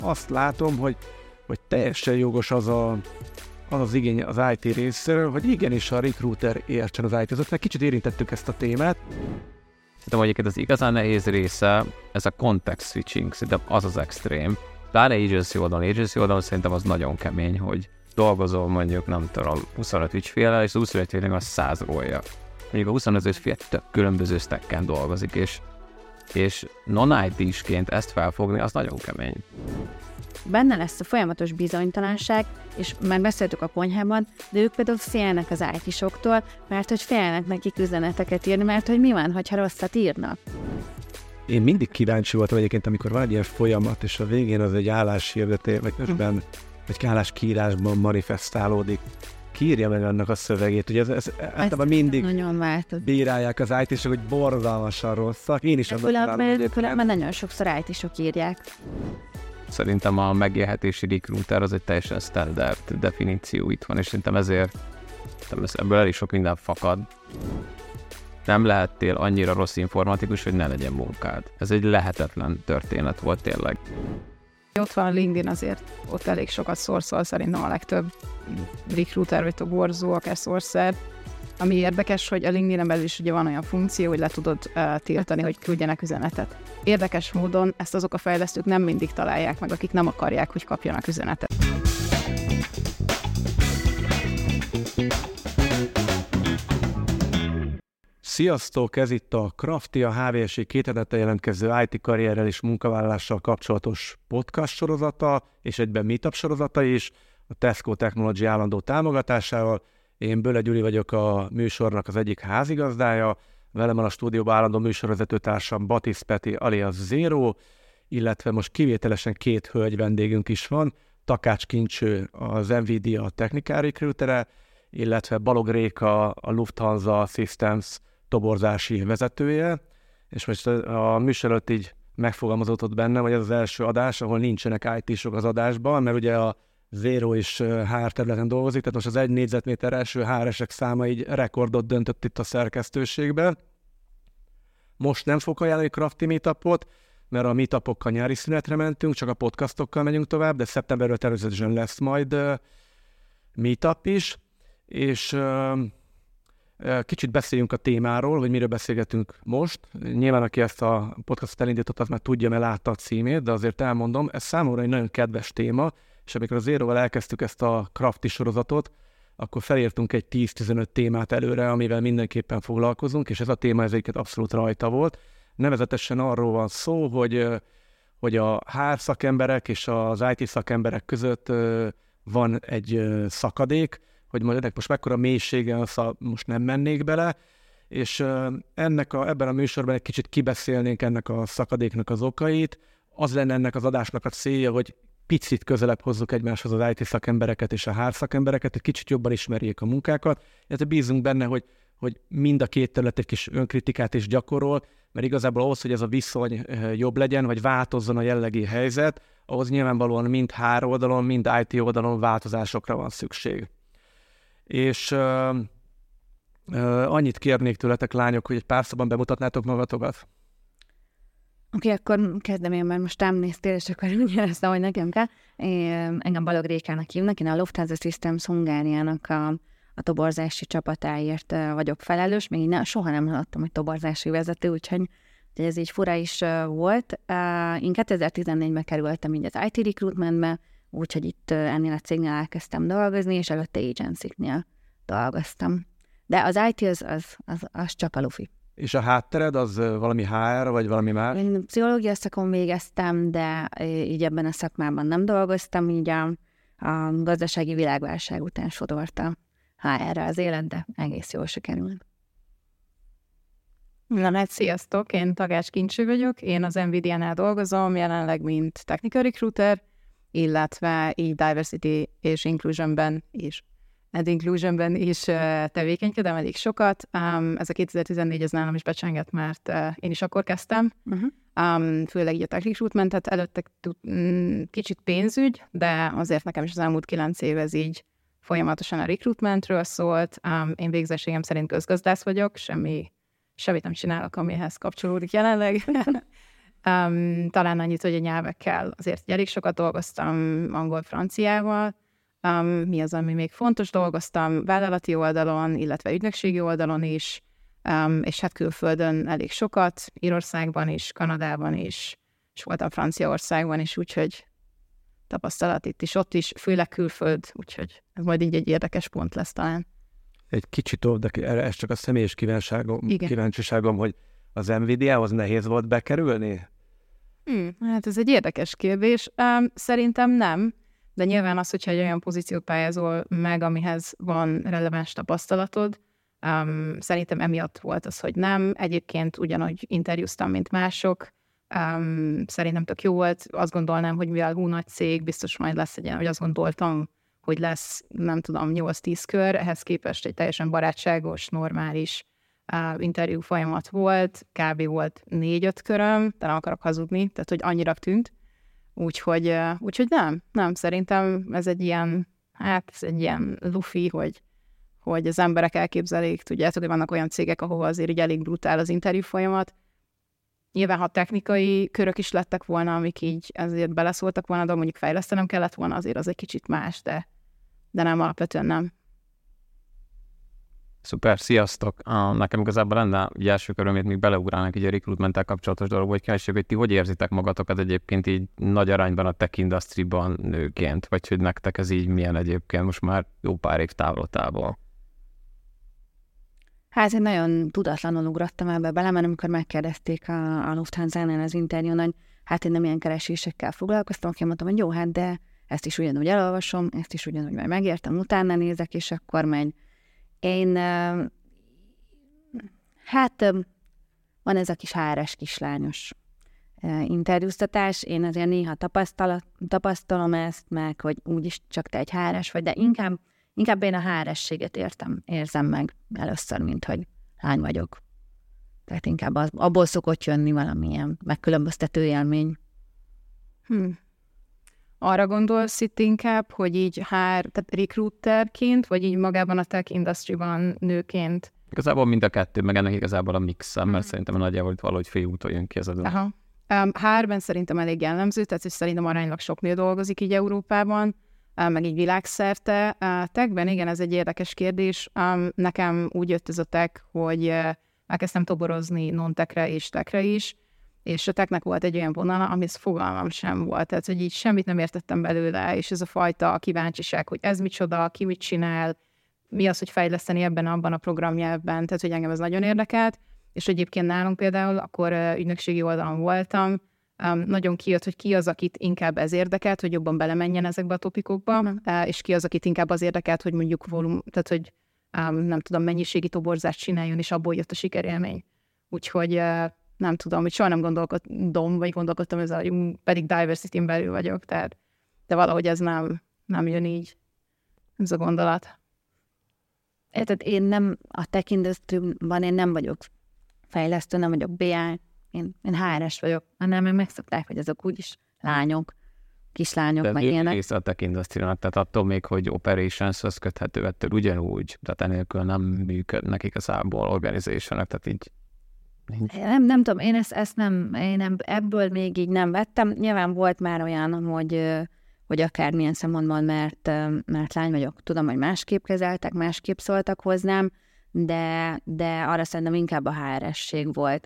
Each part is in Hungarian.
azt látom, hogy teljesen jogos az igény az IT részéről, hogy igenis a recruiter értsen az IT-hoz. Mert kicsit érintettük ezt a témát. Szerintem egyébként az igazán nehéz része, ez a context switching, szerintem az extrém. Pláne agency oldalon szerintem az nagyon kemény, hogy dolgozol mondjuk, nem tudom, 25 ügyféllel, és az 25 ügyfélnek az 100 rólja. Mondjuk a 25 ügyfél tök különböző stacken dolgozik, és non-IT-sként ezt felfogni, az nagyon kemény. Benne lesz a folyamatos bizonytalanság, és már beszéltük a konyhában, de ők például félnek az IT-soktól, mert hogy félnek nekik üzeneteket írni, mert hogy mi van, ha rosszat írnak. Én mindig kíváncsi voltam egyébként, amikor van egy ilyen folyamat, és a végén az egy álláshirdetés, vagy közben egy álláskiírásban manifestálódik. Ki írja meg annak a szövegét, ugye ez általában mindig bírálják az IT-sok, hogy borzalmasan rosszak. Én is különben nagyon sokszor IT-sok írják. Szerintem a megélhetési recruiter az egy teljesen standard definíció itt van, és szerintem ezért ebből elég sok minden fakad. Nem lehettél annyira rossz informatikus, hogy ne legyen munkád. Ez egy lehetetlen történet volt tényleg. Ott van a LinkedIn, azért ott elég sokat szorszol szerintem a legtöbb recruiter vagy toborzó, akár sourcer. Ami érdekes, hogy a LinkedIn-en belül is ugye van olyan funkció, hogy le tudod tiltani, hogy küldjenek üzenetet. Érdekes módon ezt azok a fejlesztők nem mindig találják meg, akik nem akarják, hogy kapjanak üzenetet. Sziasztok! Ez itt a Crafty, a HVSI 2 hete jelentkező IT karrierrel és munkavállalással kapcsolatos podcast sorozata, és egyben meetup sorozata is, a Tesco Technology állandó támogatásával. Én Böle Gyuri vagyok, a műsornak az egyik házigazdája, velem van a stúdióban állandó műsorvezetőtársam Batisz Peti alias Zero, illetve most kivételesen 2 hölgy vendégünk is van, Takács Kincső, az NVIDIA technical recruitere, illetve Balog Réka, a Lufthansa Systems toborzási vezetője, és most a műsor előtt így megfogalmazódott bennem, hogy ez az első adás, ahol nincsenek IT-sok az adásban, mert ugye a Zero is HR területen dolgozik, tehát most az 1 négyzetméter első HR-esek száma így rekordot döntött itt a szerkesztőségben. Most nem fog ajánlani Crafty meetupot, mert a meetupokkal nyári szünetre mentünk, csak a podcastokkal megyünk tovább, de szeptemberről természetesen lesz majd meetup is, és kicsit beszéljünk a témáról, hogy miről beszélgetünk most. Nyilván, aki ezt a podcastot elindított, az már tudja, mert látta a címét, de azért elmondom, ez számomra egy nagyon kedves téma, és amikor az Zéróval elkezdtük ezt a Crafty sorozatot, akkor felírtunk egy 10-15 témát előre, amivel mindenképpen foglalkozunk, és ez a téma ezeket abszolút rajta volt. Nevezetesen arról van szó, hogy a HR szakemberek és az IT szakemberek között van egy szakadék, hogy ennek most mekkora mélysége, most nem mennék bele, és ebben a műsorban egy kicsit kibeszélnénk ennek a szakadéknak az okait. Az lenne ennek az adásnak a célja, hogy picit közelebb hozzuk egymáshoz az IT szakembereket és a HR szakembereket, hogy kicsit jobban ismerjék a munkákat, illetve bízunk benne, hogy mind a két terület egy kis önkritikát is gyakorol, mert igazából ahhoz, hogy ez a viszony jobb legyen, vagy változzon a jellegi helyzet, ahhoz nyilvánvalóan mind HR oldalon, mind IT oldalon változásokra van szükség. És annyit kérnék tőletek, lányok, hogy egy pár szóban bemutatnátok magatokat. Oké, akkor kezdem én, mert most rám néztél, és akkor úgy éreztem, hogy nekem kell. Engem Balog Rékának hívnak, én a Lufthansa Systems Hungáriának a toborzási csapatáért vagyok felelős. Még soha nem hallottam, hogy toborzási vezető, úgyhogy ez így fura is volt. Én 2014-ben kerültem így az IT recruitmentbe, úgyhogy itt ennél a cégnél elkezdtem dolgozni, és előtte agency-knél dolgoztam. De az IT az csak a lufi. És a háttered az valami HR, vagy valami más? Én pszichológia szakon végeztem, de így ebben a szakmában nem dolgoztam, így a gazdasági világválság után sodorta HR-re az élet, de egész jól sikerült. Sziasztok, én Takács Kincső vagyok, én az NVIDIA-nál dolgozom, jelenleg mint technical recruiter, illetve így diversity és inclusionben is. Inclusionben is tevékenykedem elég sokat. Ez a 2014 ez nálam is becsengett, mert én is akkor kezdtem. Főleg így a tech recruitmentet, előtte kicsit pénzügy, de azért nekem is az elmúlt 9 év ez így folyamatosan a recruitmentről szólt. Én végzettségem szerint közgazdász vagyok, semmit nem csinálok, amihez kapcsolódik jelenleg. Talán annyit, hogy a nyelvekkel azért elég sokat dolgoztam angol-franciával. Mi az, ami még fontos? Dolgoztam vállalati oldalon, illetve ügynökségi oldalon is, és hát külföldön elég sokat, Írországban is, Kanadában is, és voltam Franciaországban is, úgyhogy tapasztalat itt is, ott is, főleg külföld, úgyhogy ez majd így egy érdekes pont lesz talán. Egy kicsit tovább, de ez csak a személyes kíváncsiságom, hogy az Nvidia-hoz nehéz volt bekerülni? Hát ez egy érdekes kérdés. Szerintem nem, de nyilván az, hogyha egy olyan pozíciót pályázol meg, amihez van releváns tapasztalatod, szerintem emiatt volt az, hogy nem. Egyébként ugyanúgy interjúztam, mint mások. Szerintem tök jó volt. Azt gondolnám, hogy mivel nagy cég, biztos majd lesz egy ilyen, hogy azt gondoltam, hogy lesz, nem tudom, 8-10 kör, ehhez képest egy teljesen barátságos, normális interjú folyamat volt, kb. Volt 4-5 köröm, de nem akarok hazudni, tehát hogy annyira tűnt. Úgyhogy nem, szerintem ez egy ilyen, ez egy ilyen lufi, hogy az emberek elképzelik, tudjátok, hogy vannak olyan cégek, ahol azért így elég brutál az interjú folyamat. Nyilván, ha technikai körök is lettek volna, amik így ezért beleszóltak volna, de mondjuk fejlesztenem kellett volna, azért az egy kicsit más, de nem, alapvetően nem. Szuper, sziasztok! Nekem igazából lenne egy első körömét még beleugrálnak így a recruitment-tel kapcsolatos dolog, hogy kíváncsiak, hogy ti hogy érzitek magatokat egyébként így nagy arányban a tech industry-ban nőként, vagy hogy nektek ez így milyen egyébként most már jó pár év távlatából? Hát én nagyon tudatlanul ugrottam ebbe bele, mert amikor megkérdezték a Lufthansa-nál az interjún, hogy hát én nem ilyen keresésekkel foglalkoztam, akkor mondtam, hogy jó, hát de ezt is ugyanúgy elolvasom, ezt is ugyanúgy majd megértem, utána nézek, és akkor megy. Én, van ez a kis HRS kislányos interjúztatás, én azért néha tapasztalom ezt, meg hogy úgyis csak te egy HRS vagy, de inkább én a HRS-séget érzem meg először, mint hogy lány vagyok. Tehát inkább abból szokott jönni valamilyen megkülönböztető élmény. Arra gondolsz itt inkább, hogy így tehát recruiterként, vagy így magában a tech industry-ban nőként? Igazából mind a kettő, meg ennek igazából a mixem, mert szerintem nagyjából itt valahogy félúton jön ki ez a dolog. HR-ben szerintem elég jellemző, tehát hogy szerintem aránylag sok nő dolgozik így Európában, meg így világszerte. Techben igen, ez egy érdekes kérdés. Nekem úgy jött ez a tech, hogy elkezdtem toborozni non-techre és techre is, és a technek volt egy olyan vonala, amihez fogalmam sem volt, tehát hogy így semmit nem értettem belőle, és ez a fajta kíváncsiság, hogy ez micsoda, ki mit csinál, mi az, hogy fejleszteni abban a programnyelvben, tehát hogy engem ez nagyon érdekelt, és egyébként nálunk például, akkor ügynökségi oldalon voltam, nagyon kijött, hogy ki az, akit inkább ez érdekelt, hogy jobban belemenjen ezekbe a topikokba, és ki az, akit inkább az érdekelt, hogy mondjuk tehát hogy nem tudom, mennyiségi toborzást csináljon, és abból jött a sikerélmény. Úgyhogy nem tudom, hogy soha nem gondolkodtam ezzel, hogy pedig diversity-n belül vagyok, tehát, de valahogy ez nem jön így, ez a gondolat. Tehát én nem, a tech industry-ban én nem vagyok fejlesztő, nem vagyok BI, én HRS vagyok, annál meg megszokták, hogy azok úgyis lányok, kislányok, de meg ilyenek. Része a tech industry-nak, tehát attól még, hogy operations-hoz köthető, ettől ugyanúgy, tehát enélkül nem működnek igazából organizationok, tehát így nem tudom, én ezt nem, ebből még így nem vettem. Nyilván volt már olyan, hogy akármilyen szempontból, mert lány vagyok, tudom, hogy másképp kezeltek, másképp szóltak hozzám, de arra szerintem inkább a HRS-ség volt.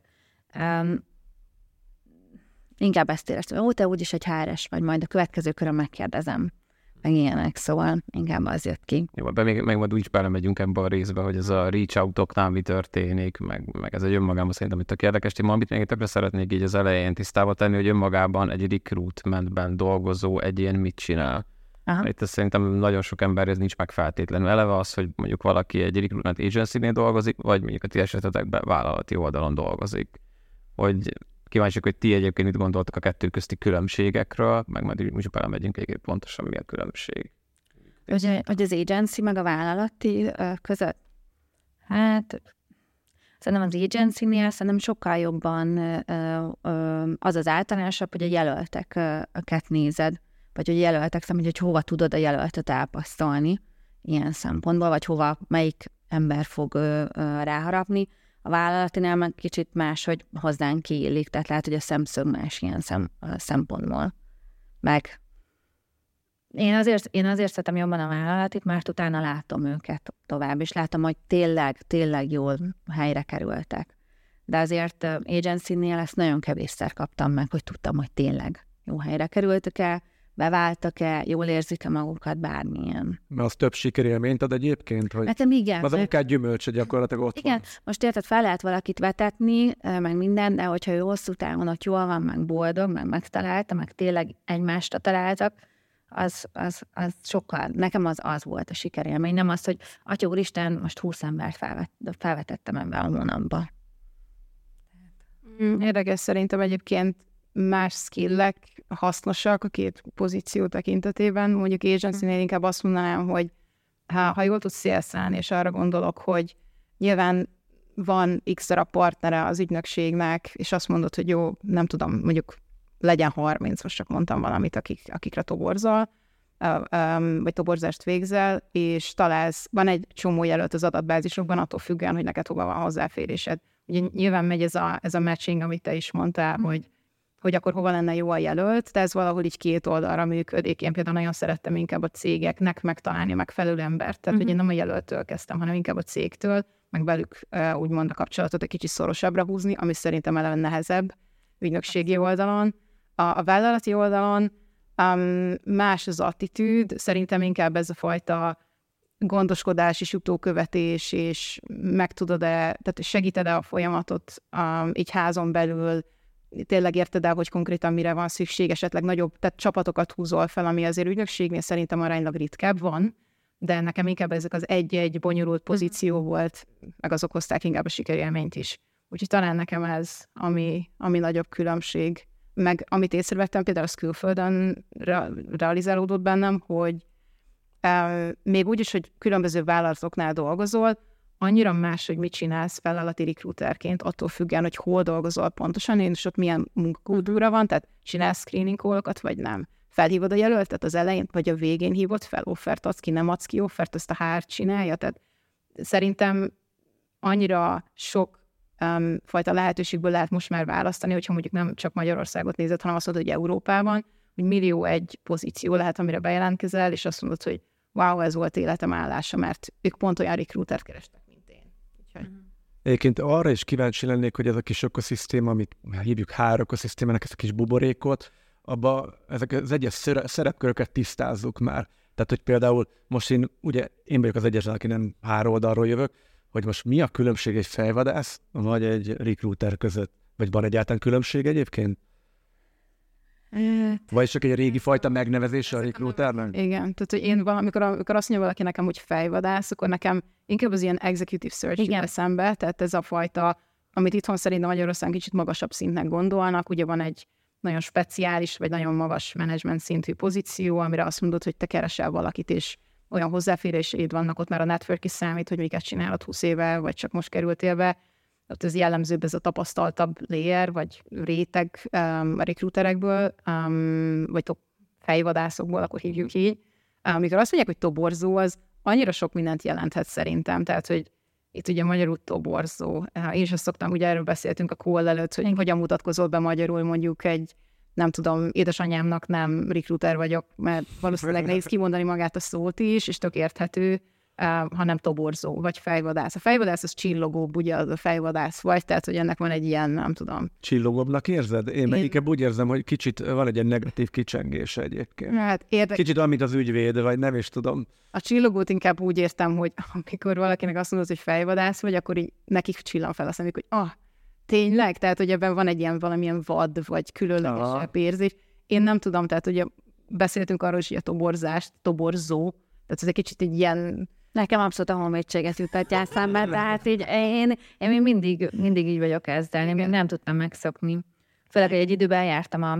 Inkább ezt éreztem, te úgyis egy HRS vagy, majd a következő körön megkérdezem, meg ilyenek, szóval inkább az jött ki. Jó, meg majd úgy belemegyünk ebbe a részbe, hogy ez a reach out-oknál mi történik, meg ez egy önmagában szerintem itt tök érdekes téma, amit még többre szeretnék így az elején tisztába tenni, hogy önmagában egy recruitmentben dolgozó egyén mit csinál. Aha. Itt szerintem nagyon sok ember ez nincs meg feltétlenül. Eleve az, hogy mondjuk valaki egy recruitment agency-nél dolgozik, vagy mondjuk a ti esetetekben vállalati oldalon dolgozik. Hogy kíváncsiak, hogy ti egyébként mit gondoltak a kettő közti különbségekről, meg majd úgy belemegyünk egyébként pontosan mi a különbség. Hogy az agency meg a vállalati között? Hát szerintem az agency-nél szerintem sokkal jobban az általánosabb, hogy a jelölteket nézed, vagy hogy jelöltek szemben, hogy hova tudod a jelöltet elpasszolni ilyen szempontból, vagy hova, melyik ember fog ráharapni. A vállalatinál meg kicsit más, hogy hozzánk kiillik, tehát lehet, hogy a szemszög más ilyen szempontból. Meg én azért szeretem jobban a vállalatit, mert utána látom őket tovább, és látom, hogy tényleg jól helyre kerültek. De azért agency-nél ezt nagyon kevésszer kaptam meg, hogy tudtam, hogy tényleg jó helyre kerültek-e, beváltak-e, jól érzik-e magukat, bármilyen. Mert az több sikerélményt ad egyébként, hogy hát, igen, az akár gyümölcse gyakorlatilag ott igen, van. most érted, fel lehet valakit vetetni, meg minden, de hogyha ő hosszú távon ott jól van, meg boldog, meg megtalálta, meg tényleg egymásra találtak, az sokkal, nekem az volt a sikerélmény, nem az, hogy Atya úristen, most 20 embert felvetettem ebben a hónapban. Érdekes, szerintem egyébként más skillek hasznosak a két pozíció tekintetében. Mondjuk agency-nél inkább azt mondanám, hogy ha jól tudsz szélszállni, és arra gondolok, hogy nyilván van x darab partnere az ügynökségnek, és azt mondod, hogy jó, nem tudom, mondjuk legyen 30, most csak mondtam valamit, akikre toborzol, vagy toborzást végzel, és találsz, van egy csomó jelölt az adatbázisokban, attól függően, hogy neked hova van hozzáférésed. Ugye nyilván megy ez a matching, amit te is mondtál, hogy akkor hova lenne jó a jelölt, de ez valahol így két oldalra működik. Én például nagyon szerettem inkább a cégeknek megtalálni a megfelelő embert. Tehát, hogy én nem a jelöltől kezdtem, hanem inkább a cégtől, meg velük úgymond a kapcsolatot egy kicsit szorosabbra húzni, ami szerintem eleve nehezebb ügynökségi oldalon. A vállalati oldalon más az attitűd, szerintem inkább ez a fajta gondoskodás és utókövetés, és meg tudod-e, tehát segíted-e a folyamatot így házon belül, tényleg érted el, hogy konkrétan mire van szükség, esetleg nagyobb, tehát csapatokat húzol fel, ami azért ügynökségnél szerintem aránylag ritkább van, de nekem inkább ezek az egy-egy bonyolult pozíció volt, meg azok hozták inkább a sikerélményt is. Úgyhogy talán nekem ez, ami nagyobb különbség. Meg amit észrevettem, például a külföldön realizálódott bennem, hogy még úgy is, hogy különböző vállalatoknál dolgozol, annyira más, hogy mit csinálsz vállalati recruiterként, attól függően, hogy hol dolgozol pontosan, és ott milyen munkakultúra van, tehát csinálsz screening call-okat, vagy nem. Felhívod a jelöltet az elején, vagy a végén hívod fel, offert adsz ki, nem adsz ki offert, ezt a HR csinálja, tehát szerintem annyira sok fajta lehetőségből lehet most már választani, hogyha mondjuk nem csak Magyarországot nézed, hanem azt mondod, hogy Európában, hogy millió egy pozíció lehet, amire bejelentkezel, és azt mondod, hogy wow, ez volt életem állása, mert ők pont olyan recruitert kerestek, mint én. Úgyhogy... Egyébként arra is kíváncsi lennék, hogy ez a kis ökoszisztéma, amit hívjuk HR ökoszisztémának, ezt a kis buborékot, abba ezek az egyes szerepköröket tisztázzuk már. Tehát, hogy például most én vagyok az egyetlen, aki nem HR oldalról jövök, hogy most mi a különbség egy fejvadász vagy egy recruiter között? Vagy van egyáltalán különbség egyébként? Vagy csak egy régi fajta megnevezése a recruiternek? Igen, tehát hogy én amikor azt mondja valaki nekem, hogy fejvadász, akkor nekem inkább az ilyen executive search jut eszembe, tehát ez a fajta, amit itthon szerintem Magyarországon kicsit magasabb szintnek gondolnak, ugye van egy nagyon speciális, vagy nagyon magas management szintű pozíció, amire azt mondod, hogy te keresel valakit, és olyan hozzáféréseid vannak, ott már a network is számít, hogy miket csinálod 20 éve, vagy csak most kerültél be. Ott ez jellemzőbb, ez a tapasztaltabb layer, vagy réteg a recruiterekből, vagy fejvadászokból, akkor hívjuk így. Amikor azt mondják, hogy toborzó, az annyira sok mindent jelenthet szerintem. Tehát, hogy itt ugye magyarul toborzó. Én is azt szoktam, ugye erről beszéltünk a call előtt, hogy hogyan mutatkozol be magyarul mondjuk egy, nem tudom, édesanyámnak nem recruiter vagyok, mert valószínűleg nehéz kimondani magát a szót is, és tök érthető, hanem toborzó, vagy fejvadász. A fejvadász az csillogóbb, ugye az a fejvadász vagy, tehát, hogy ennek van egy ilyen, nem tudom. Csillogóbbnak érzed? Én inkább úgy érzem, hogy kicsit van egy ilyen negatív kicsengése egyébként. Hát kicsit olyan, mint az ügyvéd, vagy nem is tudom. A csillogót inkább úgy értem, hogy amikor valakinek azt mondod, hogy fejvadász vagy, akkor így nekik csillan fel a szemük, hogy tényleg? Tehát, hogy ebben van egy ilyen valamilyen vad, vagy különlegesebb érzés. Én nem tudom, tehát ugye beszéltünk arról is, hogy a toborzó, tehát ez egy kicsit egy ilyen... Nekem abszolút a honvédséget jutatják szembe, tehát így én mindig így vagyok ezzel, én még nem tudtam megszokni. Főleg, hogy egy időben jártam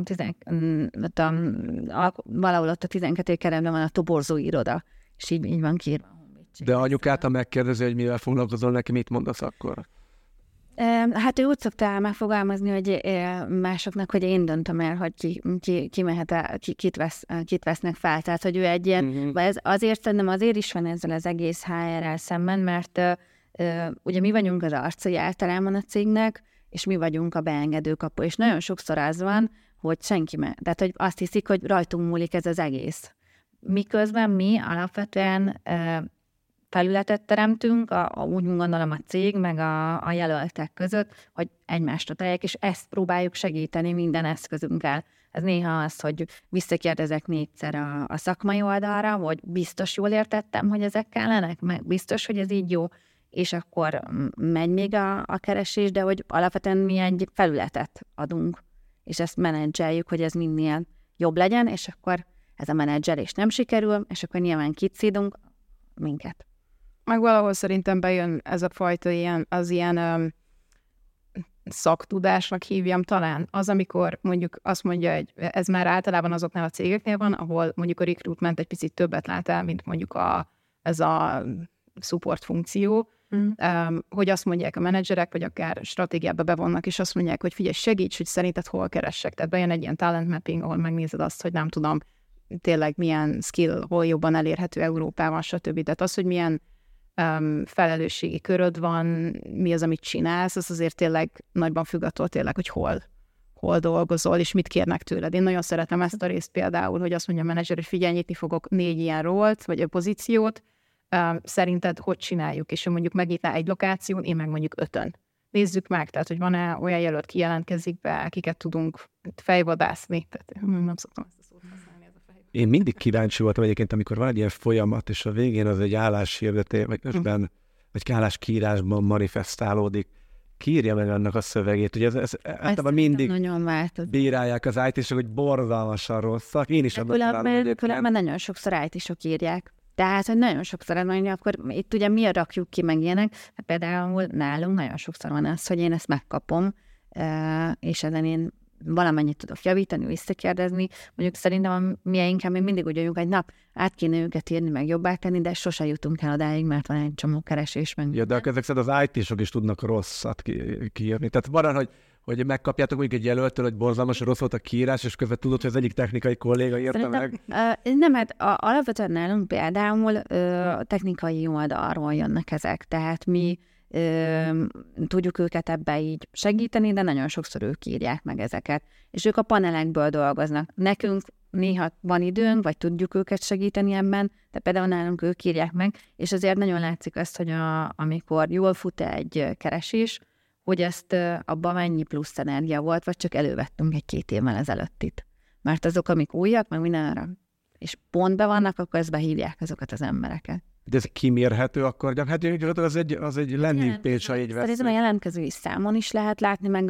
valahol ott a 12. kerületben van a toborzó iroda, és így van kiírva a honvédség. De anyukát, ha megkérdezi, hogy mivel foglalkozol neki, mit mondasz akkor? Hát ő úgy szokta megfogalmazni, hogy másoknak, hogy én döntöm el, hogy ki mehet el, kit vesznek fel. Tehát, hogy ő egy ilyen, vagy ez azért szerintem azért is van ezzel az egész HR-rel szemben, mert Ugye mi vagyunk az arcai általában a cégnek, és mi vagyunk a beengedő kapu, és nagyon sokszor az van, hogy senki tehát hogy azt hiszik, hogy rajtunk múlik ez az egész. Miközben mi alapvetően felületet teremtünk, úgy gondolom a cég, meg a jelöltek között, hogy egymást találják, és ezt próbáljuk segíteni minden eszközünkkel. Ez néha az, hogy visszakérdezek 4-szer a szakmai oldalra, hogy biztos jól értettem, hogy ezek kellenek, meg biztos, hogy ez így jó, és akkor megy még a keresés, de hogy alapvetően mi egy felületet adunk, és ezt menedzseljük, hogy ez minél jobb legyen, és akkor ez a menedzselés nem sikerül, és akkor nyilván kicszídunk minket. Meg valahol szerintem bejön ez a fajta ilyen szaktudásnak hívjam talán. Az, amikor mondjuk azt mondja, ez már általában azoknál a cégeknél van, ahol mondjuk a recruitment egy picit többet lát el, mint mondjuk ez a support funkció, hogy azt mondják a menedzserek, vagy akár stratégiába bevonnak, és azt mondják, hogy figyelj, segíts, hogy szerinted hol keressek. Tehát bejön egy ilyen talent mapping, ahol megnézed azt, hogy nem tudom, tényleg milyen skill, hol jobban elérhető Európában, stb. Tehát az, hogy milyen felelősségi köröd van, mi az, amit csinálsz, az azért tényleg nagyban függ attól tényleg, hogy hol dolgozol, és mit kérnek tőled. Én nagyon szeretem ezt a részt például, hogy azt mondja a menedzser, hogy figyelj, nyitni fogok 4 ilyen rolt, vagy a pozíciót, szerinted hogy csináljuk, és mondjuk megnyitná egy lokáción, én meg mondjuk 5-ön. Nézzük meg, tehát, hogy van-e olyan jelölt, ki jelentkezik be, akiket tudunk fejvadászni. Tehát nem szoktam ezt a szót használni. Én mindig kíváncsi voltam egyébként, amikor van egy ilyen folyamat, és a végén az egy álláshirdetés, vagy közben, vagy álláskiírásban manifestálódik, kiírja meg annak a szövegét, hogy ez általában mindig bírálják az IT-sok, hogy borzalmasan rosszak. Én is különben nagyon sokszor IT-sok írják. Tehát, hogy nagyon sokszor mondja, akkor itt ugye mi rakjuk ki meg ilyenek, például nálunk nagyon sokszor van az, hogy én ezt megkapom, és ezen én valamennyit tudok javítani, visszakérdezni. Mondjuk szerintem a mieinkkel még mindig úgy vagyunk, hogy át kéne őket írni, meg jobbá tenni, de sose jutunk el odáig, mert van egy csomó keresés. Meg ja, de ezek szerint az IT-sok is tudnak rosszat kiírni. Tehát van, hogy megkapjátok mondjuk egy jelöltől, hogy borzalmas, rossz volt a kiírás, és közben tudod, hogy az egyik technikai kolléga írta meg. Nem, hát alapvetően nálunk például technikai oldalról jönnek ezek, tehát mi tudjuk őket ebbe így segíteni, de nagyon sokszor ők írják meg ezeket. És ők a panelekből dolgoznak. Nekünk néha van időnk, vagy tudjuk őket segíteni ebben, de például nálunk ők írják meg, és azért nagyon látszik azt, hogy amikor jól fut egy keresés, hogy ezt abban mennyi plusz energia volt, vagy csak elővettünk egy 2 évvel ezelőttit. Mert azok, amik újak, meg mindenre, és pontban vannak, akkor ezt behívják azokat az embereket. De ez kimérhető akkor gyakorlatilag az egy landing page, ha így veszünk. Szerintem a jelentkezői számon is lehet látni, meg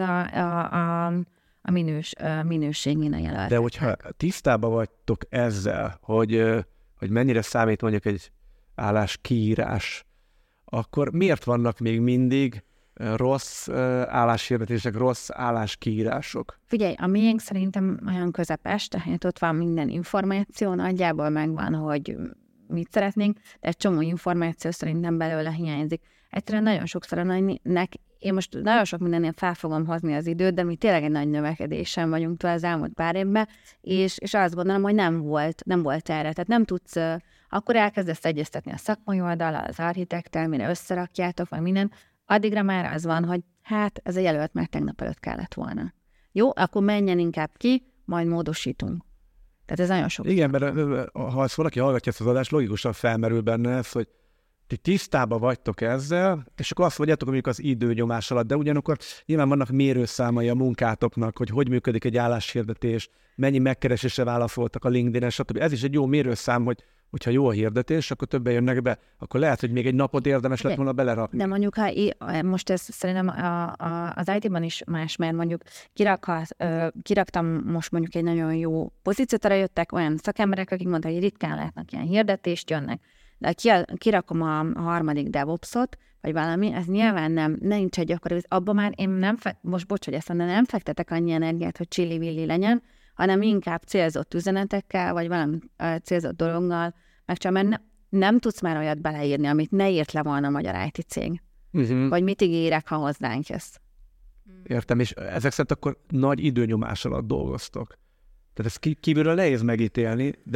a minőségén a jelöltek. De hogyha tisztában vagytok ezzel, hogy mennyire számít mondjuk egy álláskiírás, akkor miért vannak még mindig rossz álláshirdetések, rossz álláskiírások? Figyelj, a miénk szerintem olyan közepes, tehát ott van minden információ, nagyjából megvan, hogy mit szeretnénk, de egy csomó információ szerintem belőle hiányzik. Egyszerűen nagyon sokszor én most nagyon sok mindennél fel fogom hozni az időt, de mi tényleg egy nagy növekedésen vagyunk tőle az elmúlt pár évben, és azt gondolom, hogy nem volt erre. Tehát nem tudsz, akkor elkezdesz egyeztetni a szakmai oldallal, az architektel, mire összerakjátok, vagy minden, addigra már az van, hogy hát ez a jelölt már tegnap előtt kellett volna. Jó, akkor menjen inkább ki, majd módosítunk. Tehát ez nagyon sok. Igen, mert ha ezt valaki hallgatja ezt az adást, logikusan felmerül benne ez, hogy ti tisztában vagytok ezzel, és akkor azt mondjátok, mondjuk az időnyomás alatt, de ugyanakkor nyilván vannak mérőszámai a munkátoknak, hogy működik egy álláshirdetés, mennyi megkeresésre válaszoltak a LinkedIn-en, stb. Ez is egy jó mérőszám, hogyha jó a hirdetés, akkor többen jönnek be, akkor lehet, hogy még egy napot érdemes lett volna belerakni. De mondjuk, most ez szerintem az IT-ban is más, mert mondjuk kiraktam most mondjuk egy nagyon jó pozíciót, arra jöttek olyan szakemberek, akik mondták, hogy ritkán látnak ilyen hirdetést, jönnek. De kirakom a harmadik DevOps-ot, vagy valami, ez nyilván nincs egy akkor, abban már én most bocs, hogy ezt mondom, nem fektetek annyi energiát, hogy csilli-villi legyen, hanem inkább célzott üzenetekkel, vagy valami célzott dologgal, mert nem tudsz már olyat beleírni, amit ne írt le volna a magyar IT cég. Vagy mit ígérek, ha hozzánk jössz. Értem, és ezek szerint akkor nagy időnyomás alatt dolgoztok. Tehát ezt kívülről nehéz megítélni, de hogy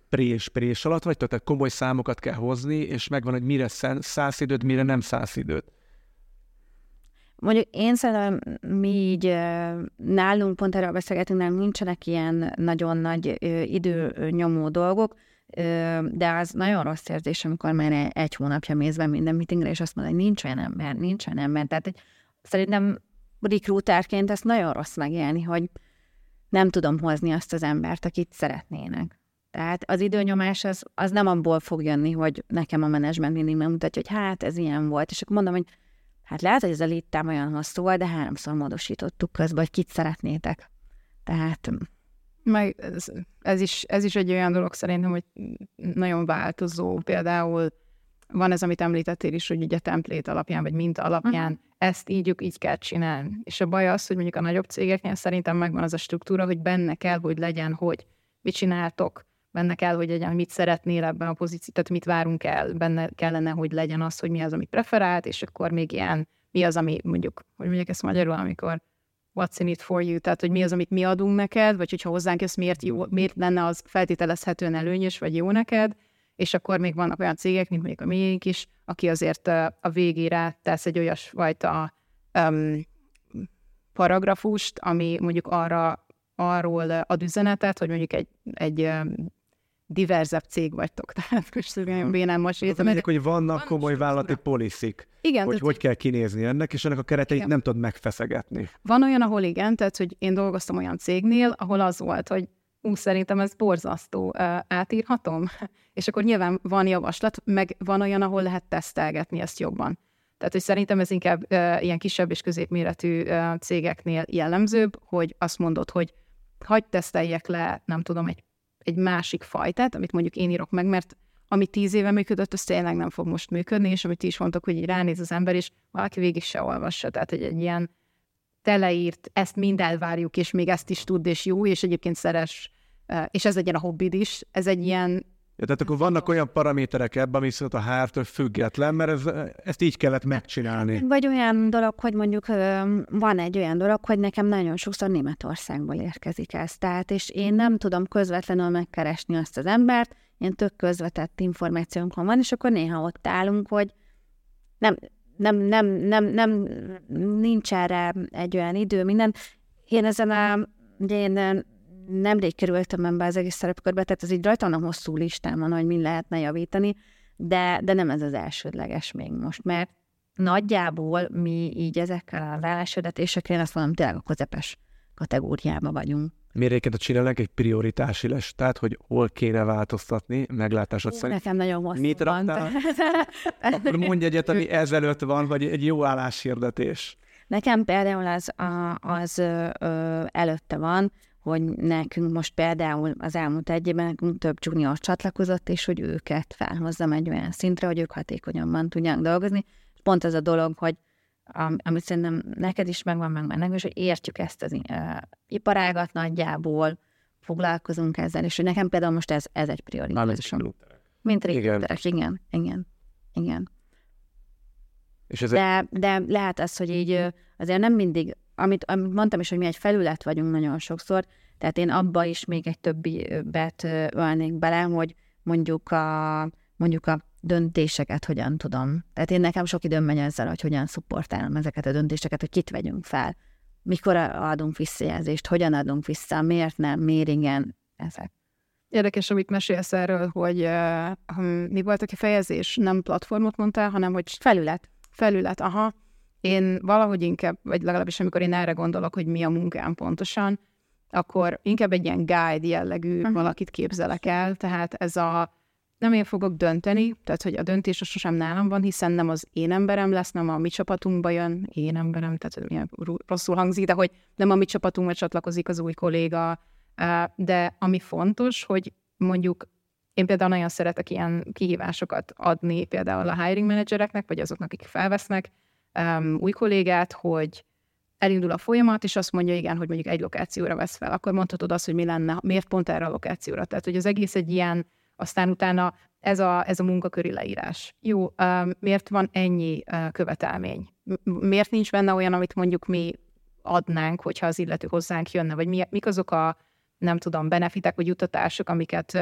prés alatt vagytok, tehát komoly számokat kell hozni, és megvan, hogy mire szállsz időt, mire nem szállsz időt. Mondjuk én szerintem mi így nálunk, pont erről beszélgetünk, nálunk nincsenek ilyen nagyon nagy időnyomó dolgok, de az nagyon rossz érzés, amikor már egy hónapja mész be minden meetingre, és azt mondod, hogy nincs olyan ember. Tehát szerintem recruiterként ezt nagyon rossz megélni, hogy nem tudom hozni azt az embert, akit szeretnének. Tehát az időnyomás az nem abból fog jönni, hogy nekem a menedzsment mindig megmutatja, hogy hát ez ilyen volt, és akkor mondom, hogy hát lehet, hogy ez a listám olyan hosszú volt, de 3-szor módosítottuk közben, hogy kit szeretnétek. Tehát... Meg ez is egy olyan dolog szerintem, hogy nagyon változó. Például van ez, amit említettél is, hogy ugye template alapján, vagy minta alapján ezt így kell csinálni. És a baj az, hogy mondjuk a nagyobb cégeknél szerintem megvan az a struktúra, hogy benne kell, hogy legyen, hogy mit csináltok, benne kell, hogy legyen, mit szeretnél ebben a pozíciót, tehát mit várunk el, benne kellene, hogy legyen az, hogy mi az, amit preferált, és akkor még ilyen, mi az, ami mondjuk, hogy mondjuk ezt magyarul, amikor what's in it for you, tehát hogy mi az, amit mi adunk neked, vagy hogyha hozzánk jössz, miért lenne az feltételezhetően előnyös, vagy jó neked, és akkor még vannak olyan cégek, mint mondjuk a miénk is, aki azért a végére tesz egy olyasfajta paragrafust, ami mondjuk arról ad üzenetet, hogy mondjuk egy diverzebb cég vagytok. Tehát most bénán most értem. Hogy vannak komoly vállalati policy-k, hogy kell kinézni ennek, és ennek a kereteit nem tudod megfeszegetni. Van olyan, ahol igen, tehát hogy én dolgoztam olyan cégnél, ahol az volt, hogy szerintem ez borzasztó, átírhatom, és akkor nyilván van javaslat, meg van olyan, ahol lehet tesztelgetni ezt jobban. Tehát, hogy szerintem ez inkább ilyen kisebb és középméretű cégeknél jellemzőbb, hogy azt mondod, hogy hadd teszteljek le, nem tudom, egy másik fajtát, amit mondjuk én írok meg, mert ami 10 éve működött, az tényleg nem fog most működni, és amit ti is mondtok, hogy így ránéz az ember, és valaki végig se olvassa. Tehát, hogy egy ilyen teleírt, ezt mind elvárjuk, és még ezt is tud, és jó, és egyébként szeres, és ez legyen a hobbid is, ez egy ilyen... Ja, tehát akkor vannak olyan paraméterek ebben, ami viszont a HR-től független, mert ezt így kellett megcsinálni. Vagy olyan dolog, hogy mondjuk van egy olyan dolog, hogy nekem nagyon sokszor Németországból érkezik ez. Tehát, és én nem tudom közvetlenül megkeresni azt az embert, ilyen tök közvetett információnkon van, és akkor néha ott állunk, hogy nincs erre egy olyan idő, minden. Én én nemrég kerültem ebbe az egész szerepkörbe, tehát ez így rajta a hosszú listán van, hogy mi lehetne javítani, de nem ez az elsődleges még most, mert nagyjából mi így ezekkel az álláshirdetésekkel, én azt mondom, tényleg a közepes kategóriában vagyunk. Miért csinálnak egy prioritási listát, hogy hol kéne változtatni, meglátásod szerint? Nekem nagyon hosszú mit van. Akkor mondj egyet, ami ezelőtt van, vagy egy jó álláshirdetés. Nekem például az előtte van, hogy nekünk most például az elmúlt egy évben nekünk több junior csatlakozott, és hogy őket felhozzam egy olyan szintre, hogy ők hatékonyabban tudják dolgozni. Pont ez a dolog, hogy amit szerintem neked is megvan, meg nekünk is, hogy értjük ezt az iparágat nagyjából, foglalkozunk ezzel, és hogy nekem például most ez egy prioritásom. Mint recruiterek, igen. És de lehet az, hogy így azért nem mindig, amit mondtam is, hogy mi egy felület vagyunk nagyon sokszor, tehát én abba is még egy többit ölnék bele, hogy mondjuk a döntéseket hogyan tudom. Tehát én nekem sok időm megy ezzel, hogy hogyan szupportálom ezeket a döntéseket, hogy kit vegyünk fel, mikor adunk visszajelzést, hogyan adunk vissza, miért nem, miért igen, ezek. Érdekes, amit mesélsz erről, hogy mi volt a kifejezés? Nem platformot mondtál, hanem hogy felület, aha. Én valahogy inkább, vagy legalábbis amikor én erre gondolok, hogy mi a munkám pontosan, akkor inkább egy ilyen guide jellegű valakit képzelek el, tehát ez nem én fogok dönteni, tehát hogy a döntés sosem nálam van, hiszen nem az én emberem lesz, nem a mi csapatunkba jön, én emberem, tehát milyen rosszul hangzik, de hogy nem a mi csapatunkba csatlakozik az új kolléga, de ami fontos, hogy mondjuk én például nagyon szeretek ilyen kihívásokat adni például a hiring managereknek, vagy azoknak, akik felvesznek új kollégát, hogy elindul a folyamat, és azt mondja, igen, hogy mondjuk egy lokációra vesz fel, akkor mondhatod azt, hogy mi lenne, miért pont erre a lokációra. Tehát, hogy az egész egy ilyen, aztán utána ez a munkaköri leírás. Jó, miért van ennyi követelmény? Miért nincs benne olyan, amit mondjuk mi adnánk, hogyha az illető hozzánk jönne, vagy mik azok a, nem tudom, benefitek vagy juttatások, amiket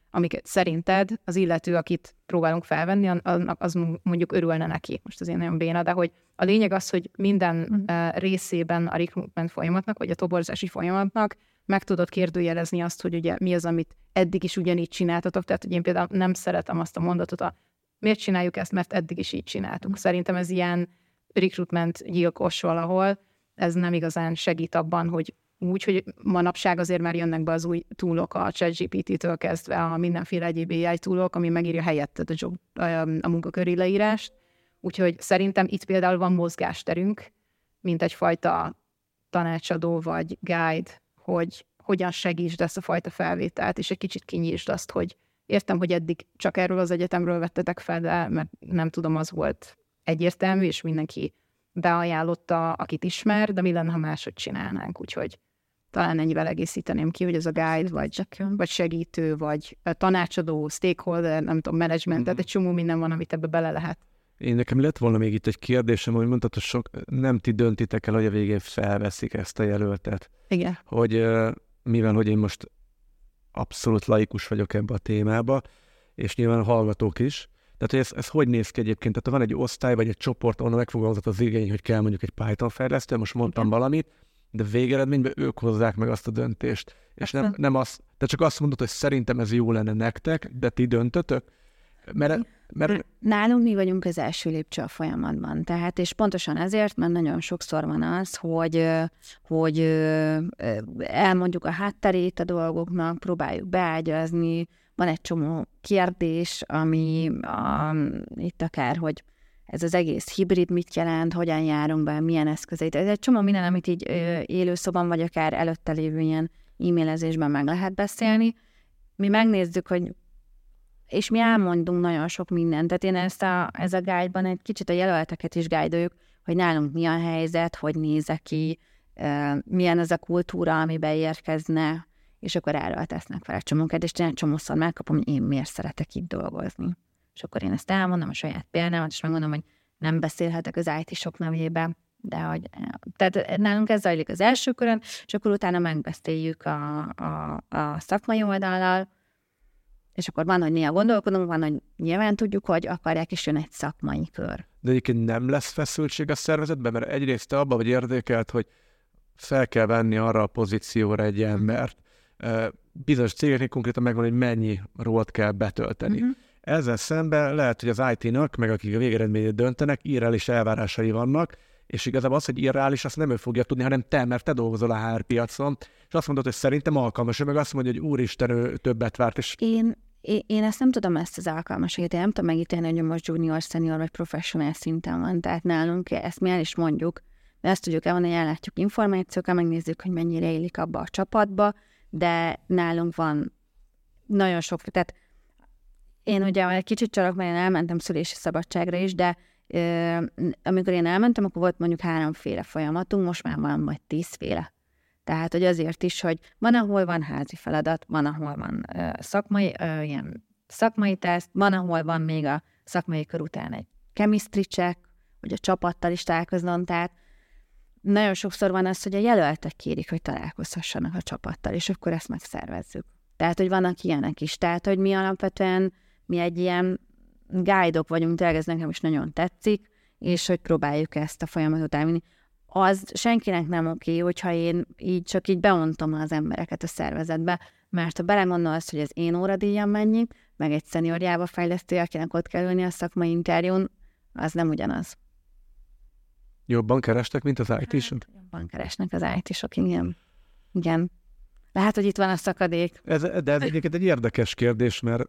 amiket szerinted az illető, akit próbálunk felvenni, annak az mondjuk örülne neki. Most azért nagyon béna, de hogy a lényeg az, hogy minden részében a recruitment folyamatnak, vagy a toborzási folyamatnak meg tudod kérdőjelezni azt, hogy ugye mi az, amit eddig is ugyanígy csináltatok. Tehát, hogy én például nem szeretem azt a mondatot, miért csináljuk ezt, mert eddig is így csináltunk. Szerintem ez ilyen recruitment gyilkos valahol, ez nem igazán segít abban, hogy úgy, hogy manapság azért már jönnek be az új toolok, a ChatGPT-től kezdve a mindenféle egyéb AI toolok, ami megírja helyetted a munkaköri leírást. Úgyhogy szerintem itt például van mozgásterünk, mint egyfajta tanácsadó vagy guide, hogy hogyan segítsd ezt a fajta felvételt, és egy kicsit kinyisd azt, hogy értem, hogy eddig csak erről az egyetemről vettetek fel, de mert nem tudom, az volt egyértelmű, és mindenki beajánlotta, akit ismer, de mi lenne, ha máshogy csinálnánk. Úgyhogy talán ennyivel egészíteném ki, hogy ez a guide, vagy segítő, vagy tanácsadó, stakeholder, nem tudom, management, tehát egy csomó minden van, amit ebbe bele lehet. Nekem lett volna még itt egy kérdésem, hogy mondtad, hogy nem ti döntitek el, hogy a végén felveszik ezt a jelöltet. Igen. Hogy mivel, hogy én most abszolút laikus vagyok ebbe a témába, és nyilván a hallgatók is. Tehát, hogy ez hogy néz ki egyébként? Tehát van egy osztály, vagy egy csoport, ahol megfogalmazott az igény, hogy kell mondjuk egy Python fejlesztő, most mondtam valamit, de végeredményben ők hozzák meg azt a döntést. És nem azt, te csak azt mondod, hogy szerintem ez jó lenne nektek, de ti döntötök? Mert nálunk mi vagyunk az első lépcső a folyamatban. Tehát, és pontosan ezért, mert nagyon sokszor van az, hogy elmondjuk a hátterét a dolgoknak, próbáljuk beágyazni, van egy csomó kérdés, ami itt akár, hogy ez az egész hibrid mit jelent, hogyan járunk be, milyen eszközeit. Ez egy csomó minden, amit így élőszobban, vagy akár előtte lévő ilyen e-mailezésben meg lehet beszélni. Mi megnézzük, hogy és mi elmondunk nagyon sok mindent. Tehát én ez a guide-ban egy kicsit a jelölteket is guide-oljuk, hogy nálunk mi a helyzet, hogy nézek ki, milyen az a kultúra, amiben érkezne, és akkor erről tesznek fel egy csomó kérdést, és én egy csomószor megkapom, hogy én miért szeretek itt dolgozni. És akkor én ezt elmondom, a saját példámat, és megmondom, hogy nem beszélhetek az IT-sok nevében, de hogy... Tehát nálunk ez zajlik az első körön, és akkor utána megbeszéljük a szakmai oldallal, és akkor van, hogy néha gondolkodunk, van, hogy nyilván tudjuk, hogy akarják, és jön egy szakmai kör. De egyébként nem lesz feszültség a szervezetben, mert egyrészt te abban vagy érdekelt, hogy fel kell venni arra a pozícióra egy embert. Bizonyos cégeknek konkrétan megvan, hogy mennyi rólt kell betölteni. Ezzel szemben lehet, hogy az IT-nak, meg akik a végeredményét döntenek, irreális elvárásai vannak, és igazából az, hogy irreális, azt nem ő fogja tudni, hanem te, mert te dolgozol a HR piacon, és azt mondod, hogy szerintem alkalmas, meg azt mondja, hogy úristen, ő többet várt. És... Én ezt nem tudom, ezt az alkalmasságot, én nem tudom megítélni, hogy most junior, senior vagy professional szinten van, tehát nálunk ezt mi el is mondjuk, de ezt tudjuk elmondani, hogy ellátjuk információkkal, megnézzük, hogy mennyire élik abba a csapatba, de nálunk van nagyon sok, tehát én ugye egy kicsit csalok, mert én elmentem szülési szabadságra is, de amikor én elmentem, akkor volt mondjuk 3 folyamatunk, most már van majd 10. Tehát, hogy azért is, hogy van, ahol van házi feladat, van, ahol van ilyen szakmai teszt, van, ahol van még a szakmai kör után egy chemistry check, hogy a csapattal is találkoznom, tehát nagyon sokszor van az, hogy a jelöltek kérik, hogy találkozhassanak a csapattal, és akkor ezt megszervezzük. Tehát, hogy vannak ilyenek is. Tehát, hogy mi alapvetően, mi egy ilyen guide-ok vagyunk, tényleg ez nekem is nagyon tetszik, és hogy próbáljuk ezt a folyamatot elvinni. Az senkinek nem oké, hogyha én csak így beontom az embereket a szervezetbe, mert ha belegondolsz, hogy az én óradíjam mennyi, meg egy senior Java fejlesztő, akinek ott kell ülni a szakmai interjún, az nem ugyanaz. Jobban kerestek, mint az IT-sok? Jobban keresnek az IT-sok, igen. Lehet, hogy itt van a szakadék. De ez egyébként egy érdekes kérdés, mert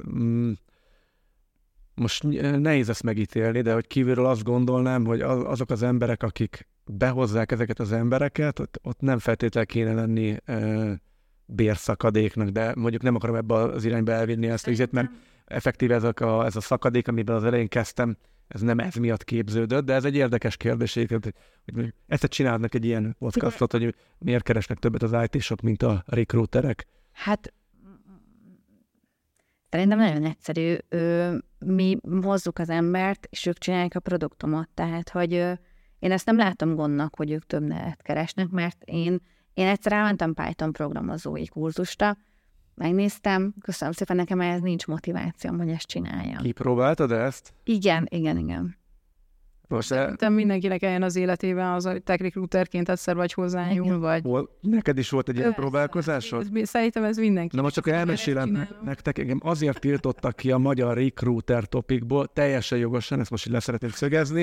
most nehéz ezt megítélni, de hogy kívülről azt gondolnám, hogy azok az emberek, akik behozzák ezeket az embereket, ott nem feltétlenül kéne lenni bérszakadéknak, de mondjuk nem akarom ebbe az irányba elvinni ezt, azért, mert effektíve ez a szakadék, amiben az elején kezdtem, ez nem ez miatt képződött, de ez egy érdekes kérdés, hogy ezt csinálnak egy ilyen podcastot, hogy miért keresnek többet az IT-sok, mint a recruiterek. Hát szerintem nagyon egyszerű. Mi hozzuk az embert, és ők csinálják a produktumot. Tehát, hogy én ezt nem látom gondnak, hogy ők több nevet keresnek, mert én egyszer elmentem Python programozói kurzusra, megnéztem, köszönöm szépen, nekem ehhez nincs motivációm, hogy ezt csináljam. Kipróbáltad ezt? Igen. Most Szerintem mindenkinek eljön az életében az, hogy tech recruiterként egyszer vagy hozzányúl, vagy... neked is volt egy ilyen próbálkozásod? Szerintem ez mindenki. Na most csak elmesélem nektek, engem azért tiltottak ki a magyar recruiter topikból, teljesen jogosan, ezt most így leszeretném szögezni,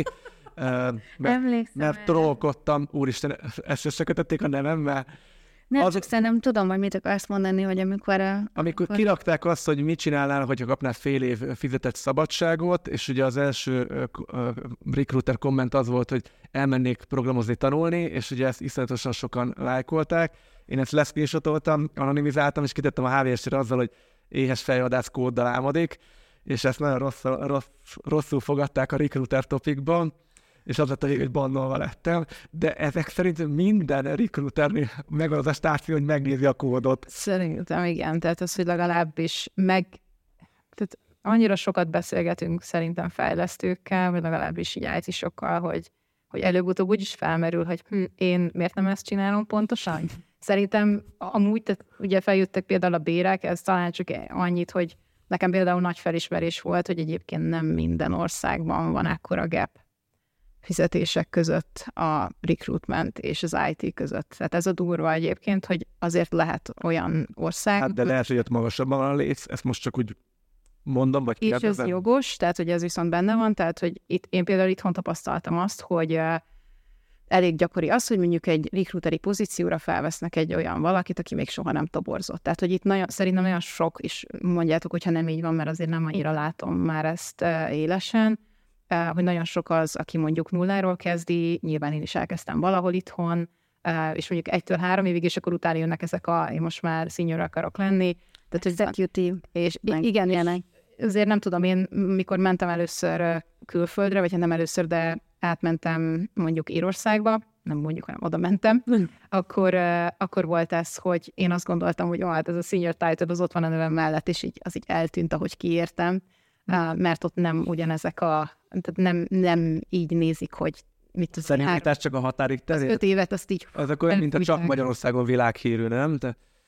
mert trollkodtam, úristen, ezt összekötötték a nevemmel. Nem, csak szerintem tudom, hogy mit akarsz mondani, hogy amikor kirakták azt, hogy mit csinálnál, hogyha kapnál fél év fizetett szabadságot, és ugye az első recruiter komment az volt, hogy elmennék programozni, tanulni, és ugye ezt iszonyatosan sokan lájkolták. Én ezt leszkrinsotoltam, anonimizáltam, és kitettem a HVS-re azzal, hogy éhes fejvadász kóddal álmodik, és ezt nagyon rosszul fogadták a recruiter topikban, és az lett a vég, hogy bannolva lettem, de ezek szerint minden recruiternél megvan az a stáció, hogy megnézi a kódot. Szerintem igen, tehát az, hogy legalábbis tehát annyira sokat beszélgetünk szerintem fejlesztőkkel, vagy legalábbis így IT-sokkal, hogy előbb-utóbb úgyis felmerül, hogy én miért nem ezt csinálom pontosan? Szerintem amúgy, tehát ugye feljöttek például a bérek, ez talán csak annyit, hogy nekem például nagy felismerés volt, hogy egyébként nem minden országban van akkora gap fizetések között a recruitment és az IT között. Tehát ez a durva egyébként, hogy azért lehet olyan ország... Hát de lehet, hogy ott magasabban van a léc, ezt most csak úgy mondom, vagy és kérdezem. Ez jogos, tehát hogy ez viszont benne van, tehát hogy én például itthon tapasztaltam azt, hogy elég gyakori az, hogy mondjuk egy recruiteri pozícióra felvesznek egy olyan valakit, aki még soha nem toborzott. Tehát, hogy itt szerintem nagyon sok, és mondjátok, hogyha nem így van, mert azért nem annyira látom már ezt élesen, hogy nagyon sok az, aki mondjuk nulláról kezdi, nyilván én is elkezdtem valahol itthon, és mondjuk 1-3 évig, és akkor utána jönnek ezek én most már senior akarok lenni. Tehát, hogy executive. És igen, és azért nem tudom, én mikor mentem először külföldre, vagy nem először, de átmentem mondjuk Írországba, nem mondjuk, hanem oda mentem, akkor volt ez, hogy én azt gondoltam, hogy hát ez a senior title az ott van a nevem mellett, és az így eltűnt, ahogy kiértem, mert ott nem ugyanezek tehát nem így nézik, hogy mit tudom. Szerintem csak a határig terjed? 5 évet azt így... Az akkor olyan, mint a csak Magyarországon világhírű, nem?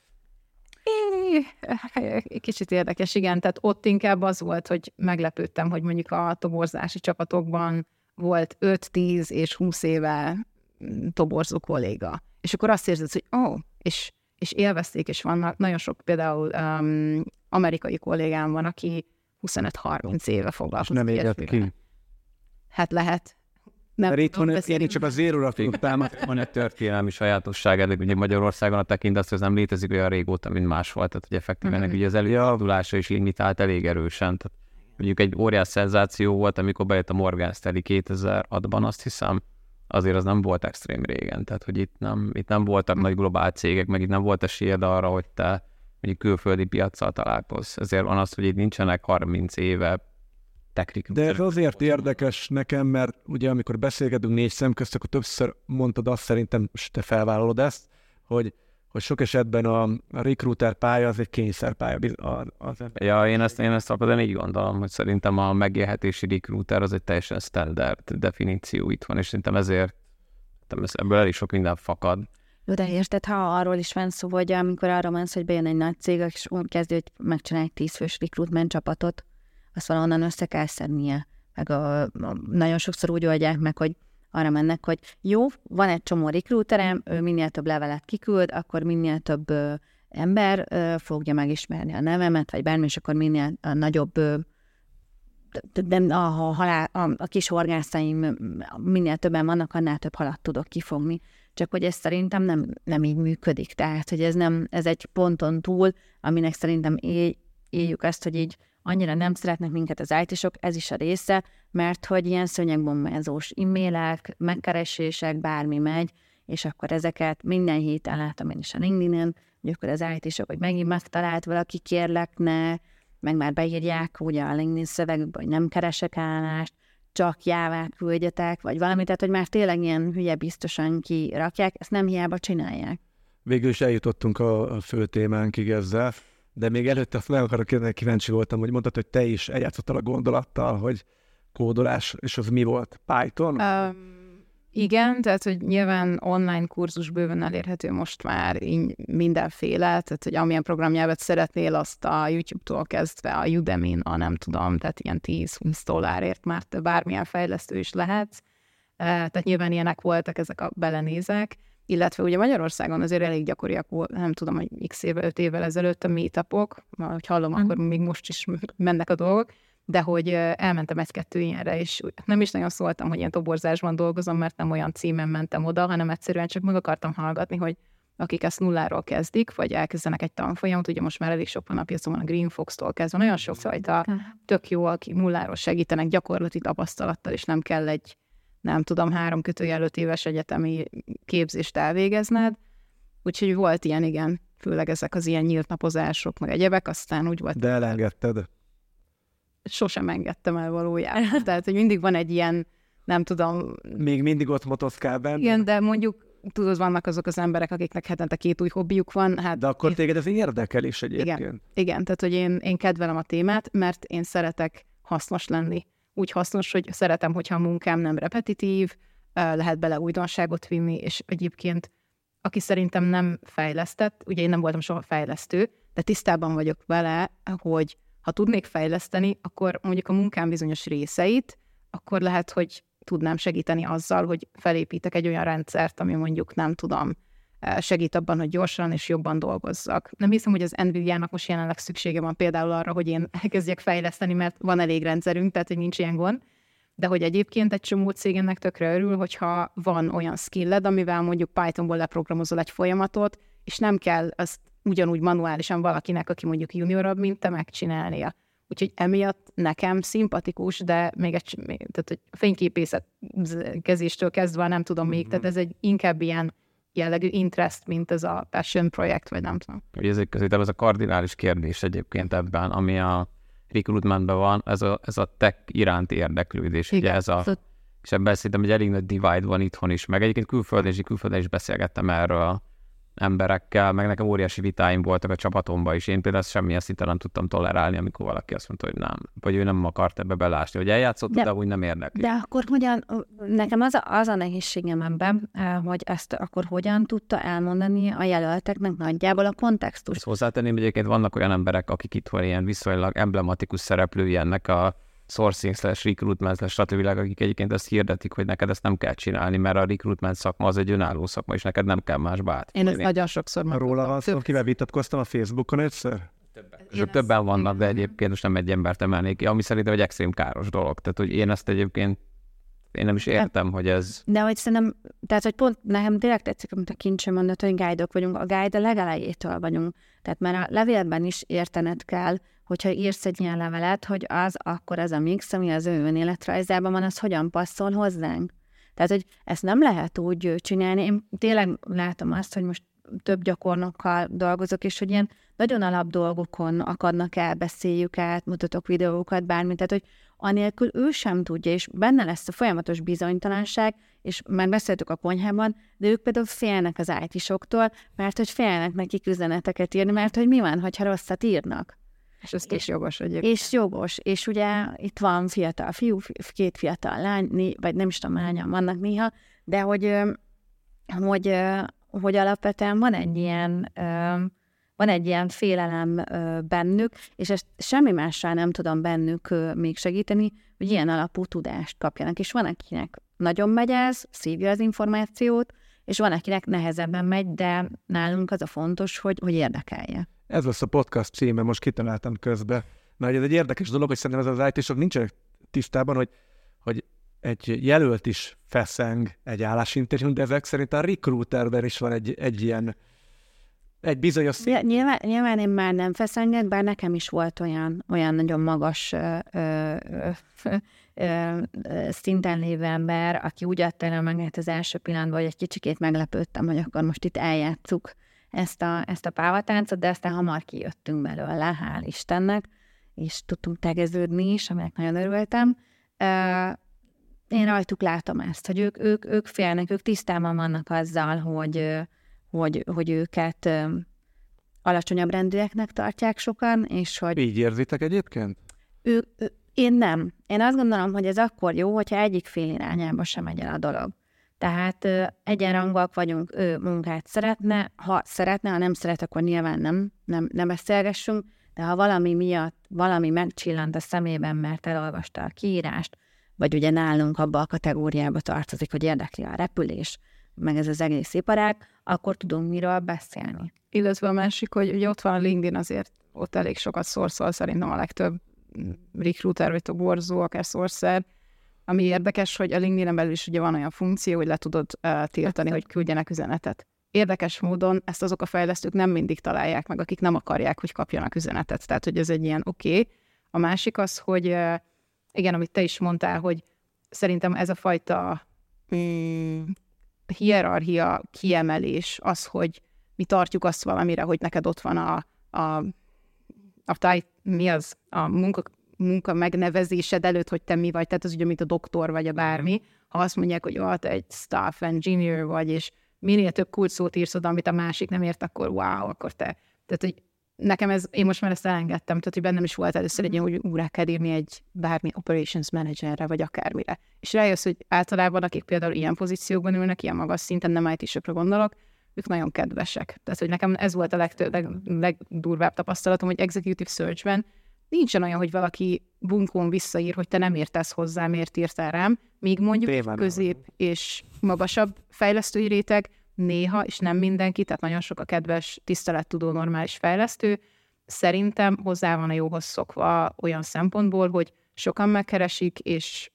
Kicsit érdekes, igen. Tehát ott inkább az volt, hogy meglepődtem, hogy mondjuk a toborzási csapatokban volt 5-10 és 20 éve toborzó kolléga. És akkor azt érzed, hogy és élvezték, és vannak nagyon sok például amerikai kollégám van, aki 25-30 éve foglalkozik. Nem égett ki. Hát lehet. Mert itthon én csak az zéróra tudtam. Van egy történelmi sajátosság, eddig ugye Magyarországon a tekintet, az nem létezik olyan régóta, mint más volt, tehát hogy effektíven ugye az előfordulása is limitált elég erősen. Tehát mondjuk egy óriás szenzáció volt, amikor bejött a Morgan Stanley 2006-ban, azt hiszem, azért az nem volt extrém régen, tehát hogy itt nem voltak nagy globál cégek, meg itt nem volt esélyed arra, hogy te mondjuk külföldi piaccal találkozz. Ezért van az, hogy itt nincsenek 30 éve technikai. De ez azért érdekes nekem, mert ugye amikor beszélgetünk 4 szem közt, akkor többször mondtad azt, szerintem, és te felvállalod ezt, hogy sok esetben a recruiter pálya az egy kényszerpálya. Ja, én ezt alapvetően így gondolom, hogy szerintem a megélhetési recruiter az egy teljesen standard definíció itt van, és szerintem ezért ebből elég sok minden fakad. Jó, de érted, ha arról is van szó, hogy amikor arra mensz, hogy bejön egy nagy cég, és úgy kezdő, hogy megcsinálj egy 10 fős recruitment csapatot, azt valahonnan össze kell szednie. Meg nagyon sokszor úgy oldják meg, hogy arra mennek, hogy jó, van egy csomó recruiterem, ő minél több levelet kiküld, akkor minél több ember fogja megismerni a nevemet, vagy bármi, és akkor minél nagyobb a kis horgászaim minél többen vannak, annál több halat tudok kifogni. Csak hogy ez szerintem nem így működik. Tehát, hogy ez egy ponton túl, aminek szerintem éljük azt, hogy így annyira nem szeretnek minket az IT-sok, ez is a része, mert hogy ilyen szőnyegbombázós e-mailek, megkeresések, bármi megy, és akkor ezeket minden héten látom én is a LinkedIn-en, hogy akkor az IT-sok, hogy megint megtalált valaki, kérlek, ne, meg már beírják ugye a LinkedIn szövegükbe, hogy nem keresek állást, csak jávát küldjetek, vagy valamit, tehát hogy már tényleg ilyen hülye biztosan kirakják, ezt nem hiába csinálják. Végül is eljutottunk a fő témánkig ezzel, de még előtte azt meg akarok kérdezni, kíváncsi voltam, hogy mondtad, hogy te is eljátszottál a gondolattal, hogy kódolás, és az mi volt? Python? Igen, tehát, hogy nyilván online kurzus bőven elérhető most már mindenféle, tehát, hogy amilyen programnyelvet szeretnél, azt a YouTube-tól kezdve a Udemy-n, nem tudom, tehát ilyen $10-20 már te bármilyen fejlesztő is lehetsz. Tehát nyilván ilyenek voltak ezek a belenézek, illetve ugye Magyarországon azért elég gyakoriak volt, nem tudom, hogy x évvel, 5 évvel ezelőtt a meetupok, ahogy hallom, akkor még most is mennek a dolgok, de hogy elmentem 1-2 ilyenre, és nem is nagyon szóltam, hogy ilyen toborzásban dolgozom, mert nem olyan címen mentem oda, hanem egyszerűen csak meg akartam hallgatni, hogy akik ezt nulláról kezdik, vagy elkezdenek egy tanfolyamot, ugye most már elég sok van a piacon, van a Green Fox-tól kezdve, nagyon sok fajta tök jó, aki nulláról segítenek gyakorlati tapasztalattal, és nem kell egy, nem tudom, 3-5 éves egyetemi képzést elvégezned. Úgyhogy volt ilyen, igen, főleg ezek az ilyen nyílt napozások, meg egyebek, aztán úgy volt. De elengedted? Sosem engedtem el valójában. Tehát, hogy mindig van egy ilyen, nem tudom... Még mindig ott motoszkál benne? Igen, de mondjuk, tudod, vannak azok az emberek, akiknek hetente 2 új hobbiuk van. Hát de akkor téged ez érdekel is egyébként. Igen, tehát, hogy én kedvelem a témát, mert én szeretek hasznos lenni. Úgy hasznos, hogy szeretem, hogyha a munkám nem repetitív, lehet bele újdonságot vinni, és egyébként aki szerintem nem fejlesztett, ugye én nem voltam soha fejlesztő, de tisztában vagyok vele, hogy ha tudnék fejleszteni, akkor mondjuk a munkám bizonyos részeit, akkor lehet, hogy tudnám segíteni azzal, hogy felépítek egy olyan rendszert, ami mondjuk nem tudom, segít abban, hogy gyorsan és jobban dolgozzak. Nem hiszem, hogy az Nvidia-nak most jelenleg szüksége van például arra, hogy én elkezdjek fejleszteni, mert van elég rendszerünk, tehát hogy nincs ilyen gond, de hogy egyébként egy csomó cég ennek tökre örül, hogyha van olyan skilled, amivel mondjuk Pythonból leprogramozol egy folyamatot, és nem kell azt ugyanúgy manuálisan valakinek, aki mondjuk juniorabb, mint te, megcsinálnia. Úgyhogy emiatt nekem szimpatikus, de még tehát, hogy fényképészet kezéstől kezdve nem tudom még, tehát ez egy inkább ilyen jellegű interest, mint ez a passion projekt, vagy nem tudom. Ugye ez a kardinális kérdés egyébként ebben, ami a recruitmentben van, ez a tech iránti érdeklődés. Igen. Ugye és ebben szerintem egy elég nagy divide van itthon is, meg egyébként külföldön is beszélgettem erről emberekkel, meg nekem óriási vitáim voltak a csapatomban is. Én például semmilyen szinten nem tudtam tolerálni, amikor valaki azt mondta, hogy nem, vagy ő nem akart ebbe belásni, hogy eljátszott, de úgy nem érdekli. De akkor hogyan, nekem az a nehézségem ebben, hogy ezt akkor hogyan tudta elmondani a jelölteknek nagyjából a kontextust. Ezt hozzátenném, hogy egyébként vannak olyan emberek, akik itthon ilyen viszonylag emblematikus szereplői ennek a sourcing/recruitment, stb. Akik egyébként ezt hirdetik, hogy neked ezt nem kell csinálni, mert a recruitment szakma az egy önálló szakma, és neked nem kell másba át. Én ezt nagyon sokszor megmondtam. Róla van szó, kivel vitatkoztam a Facebookon egyszer? Többen vannak, de egyébként most nem egy embert emelnék ki, ami szerintem egy extrém káros dolog. Tehát, hogy én ezt egyébként én nem is értem, hogy ez... De hogy szerintem, tehát, hogy pont nekem tényleg tetszik, amit a Kincső mondott, hogy guide-ok vagyunk, a guide a legelejétől vagyunk. Tehát már a levélben is értened kell, hogyha írsz egy ilyen levelet, hogy az akkor az a mix, ami az ő önéletrajzában van, az hogyan passzol hozzánk. Tehát, hogy ezt nem lehet úgy csinálni. Én tényleg látom azt, hogy most több gyakornokkal dolgozok, és hogy ilyen nagyon alap dolgokon akadnak el, beszéljük át, mutatok videókat, bármit, tehát, hogy anélkül ő sem tudja, és benne lesz a folyamatos bizonytalanság, és már beszéltük a konyhában, de ők például félnek az IT-soktól, mert hogy félnek nekik üzeneteket írni, mert hogy mi van, ha rosszat írnak. És ez is jogos egyébként. És jogos, és ugye itt van fiatal fiú, 2 fiatal lány, vagy nem is tudom, hányan vannak néha, de hogy alapvetően van egy ilyen félelem bennük, és ezt semmi mással nem tudom bennük még segíteni, hogy ilyen alapú tudást kapjanak. És van, akinek nagyon megy ez, szívja az információt, és van, akinek nehezebben megy, de nálunk az a fontos, hogy érdekelje. Ez lesz a podcast címe, most kitaláltam közbe. Mert ez egy érdekes dolog, hogy szerintem ez az IT-sok nincsenek tisztában, hogy egy jelölt is feszeng egy állásinterjún, de ezek szerint a recruiterben is van egy ilyen, egy bizonyos... Nyilván én már nem feszengek, bár nekem is volt olyan nagyon magas szinten lévő ember, aki úgy adta el magát az első pillanatban, hogy egy kicsikét meglepődtem, hogy akkor most itt eljátszuk ezt a pávatáncot, de aztán hamar kijöttünk belőle, hál' Istennek, és tudtunk tegeződni is, aminek nagyon örültem. Én rajtuk látom ezt, hogy ők félnek, ők tisztában vannak azzal, hogy őket alacsonyabb rendűeknek tartják sokan, és hogy... Így érzitek egyébként? Én nem. Én azt gondolom, hogy ez akkor jó, hogyha egyik fél irányába sem megy el a dolog. Tehát egyenrangúak vagyunk, ő munkát szeretne, ha nem szeret, akkor nyilván nem beszélgessünk, de ha valami miatt valami megcsillant a szemében, mert elolvasta a kiírást, vagy ugye nálunk abba a kategóriába tartozik, hogy érdekli a repülés, meg ez az egész iparág, akkor tudunk miről beszélni. Illetve a másik, hogy ugye ott van a LinkedIn, azért ott elég sokat szorszol szerintem a legtöbb recruiter vagy toborzó, akár sourcer, ami érdekes, hogy a LinkedIn-en belül is ugye van olyan funkció, hogy le tudod tiltani, hogy küldjenek üzenetet. Érdekes módon ezt azok a fejlesztők nem mindig találják meg, akik nem akarják, hogy kapjanak üzenetet. Tehát, hogy ez egy ilyen oké. A másik az, hogy igen, amit te is mondtál, hogy szerintem ez a fajta hierarchia kiemelés, az, hogy mi tartjuk azt valamire, hogy neked ott van a munka megnevezésed előtt, hogy te mi vagy, tehát az ugye, mint a doktor vagy a bármi. Ha azt mondják, hogy te egy staff engineer vagy, és minél több kulcsszót írsz oda, amit a másik nem ért, akkor wow, akkor te. Tehát, hogy nekem én most már ezt elengedtem, tehát, hogy bennem is volt először egy ilyen, hogy rá kell írni egy bármi operations managerre, vagy akármire. És rájössz, hogy általában, akik például ilyen pozíciókban ülnek, ilyen magas szinten, nem IT-sokra gondolok, ők nagyon kedvesek. Tehát, hogy nekem ez volt a legdurvább tapasztalatom, hogy executive searchben nincsen olyan, hogy valaki bunkón visszaír, hogy te nem értesz hozzá, miért írtál rám, míg mondjuk közép és magasabb fejlesztői réteg néha, és nem mindenki, tehát nagyon sok a kedves, tisztelettudó, normális fejlesztő, szerintem hozzá van a jóhoz szokva olyan szempontból, hogy sokan megkeresik, és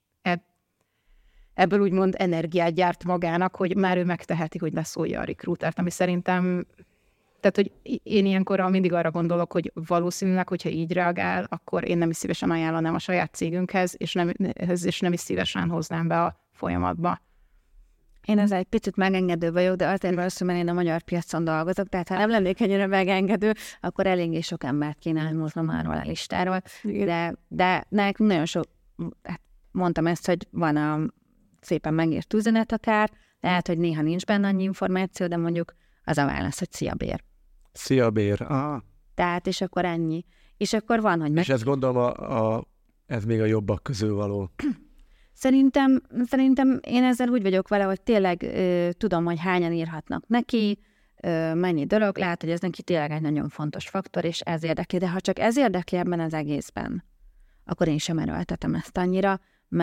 ebből úgymond energiát gyárt magának, hogy már ő megteheti, hogy leszólja a recruitert, ami szerintem, tehát, hogy én ilyenkor mindig arra gondolok, hogy valószínűleg, hogyha így reagál, akkor én nem is szívesen ajánlanám a saját cégünkhez, és nem is szívesen hoznám be a folyamatba. Én ezzel egy picit megengedő vagyok, de azért valószínűleg én a magyar piacon dolgozok, tehát ha nem lennék ennyire megengedő, akkor eléggé sok embert kéne elmúznom arról a listáról. De nekünk nagyon sok, hát mondtam ezt, hogy van a szépen megírt üzenet akár, lehet, hogy néha nincs benne annyi információ, de mondjuk az a válasz, hogy szia bér. Szia bér, Tehát, és akkor ennyi. És akkor van, hogy És ezt gondolom, ez még a jobbak közül való. Szerintem én ezzel úgy vagyok vele, hogy tényleg tudom, hogy hányan írhatnak neki, mennyi dolog, lehet, hogy ez neki tényleg egy nagyon fontos faktor, és ez érdekli, de ha csak ez érdekli ebben az egészben, akkor én sem erőltetem ezt annyira,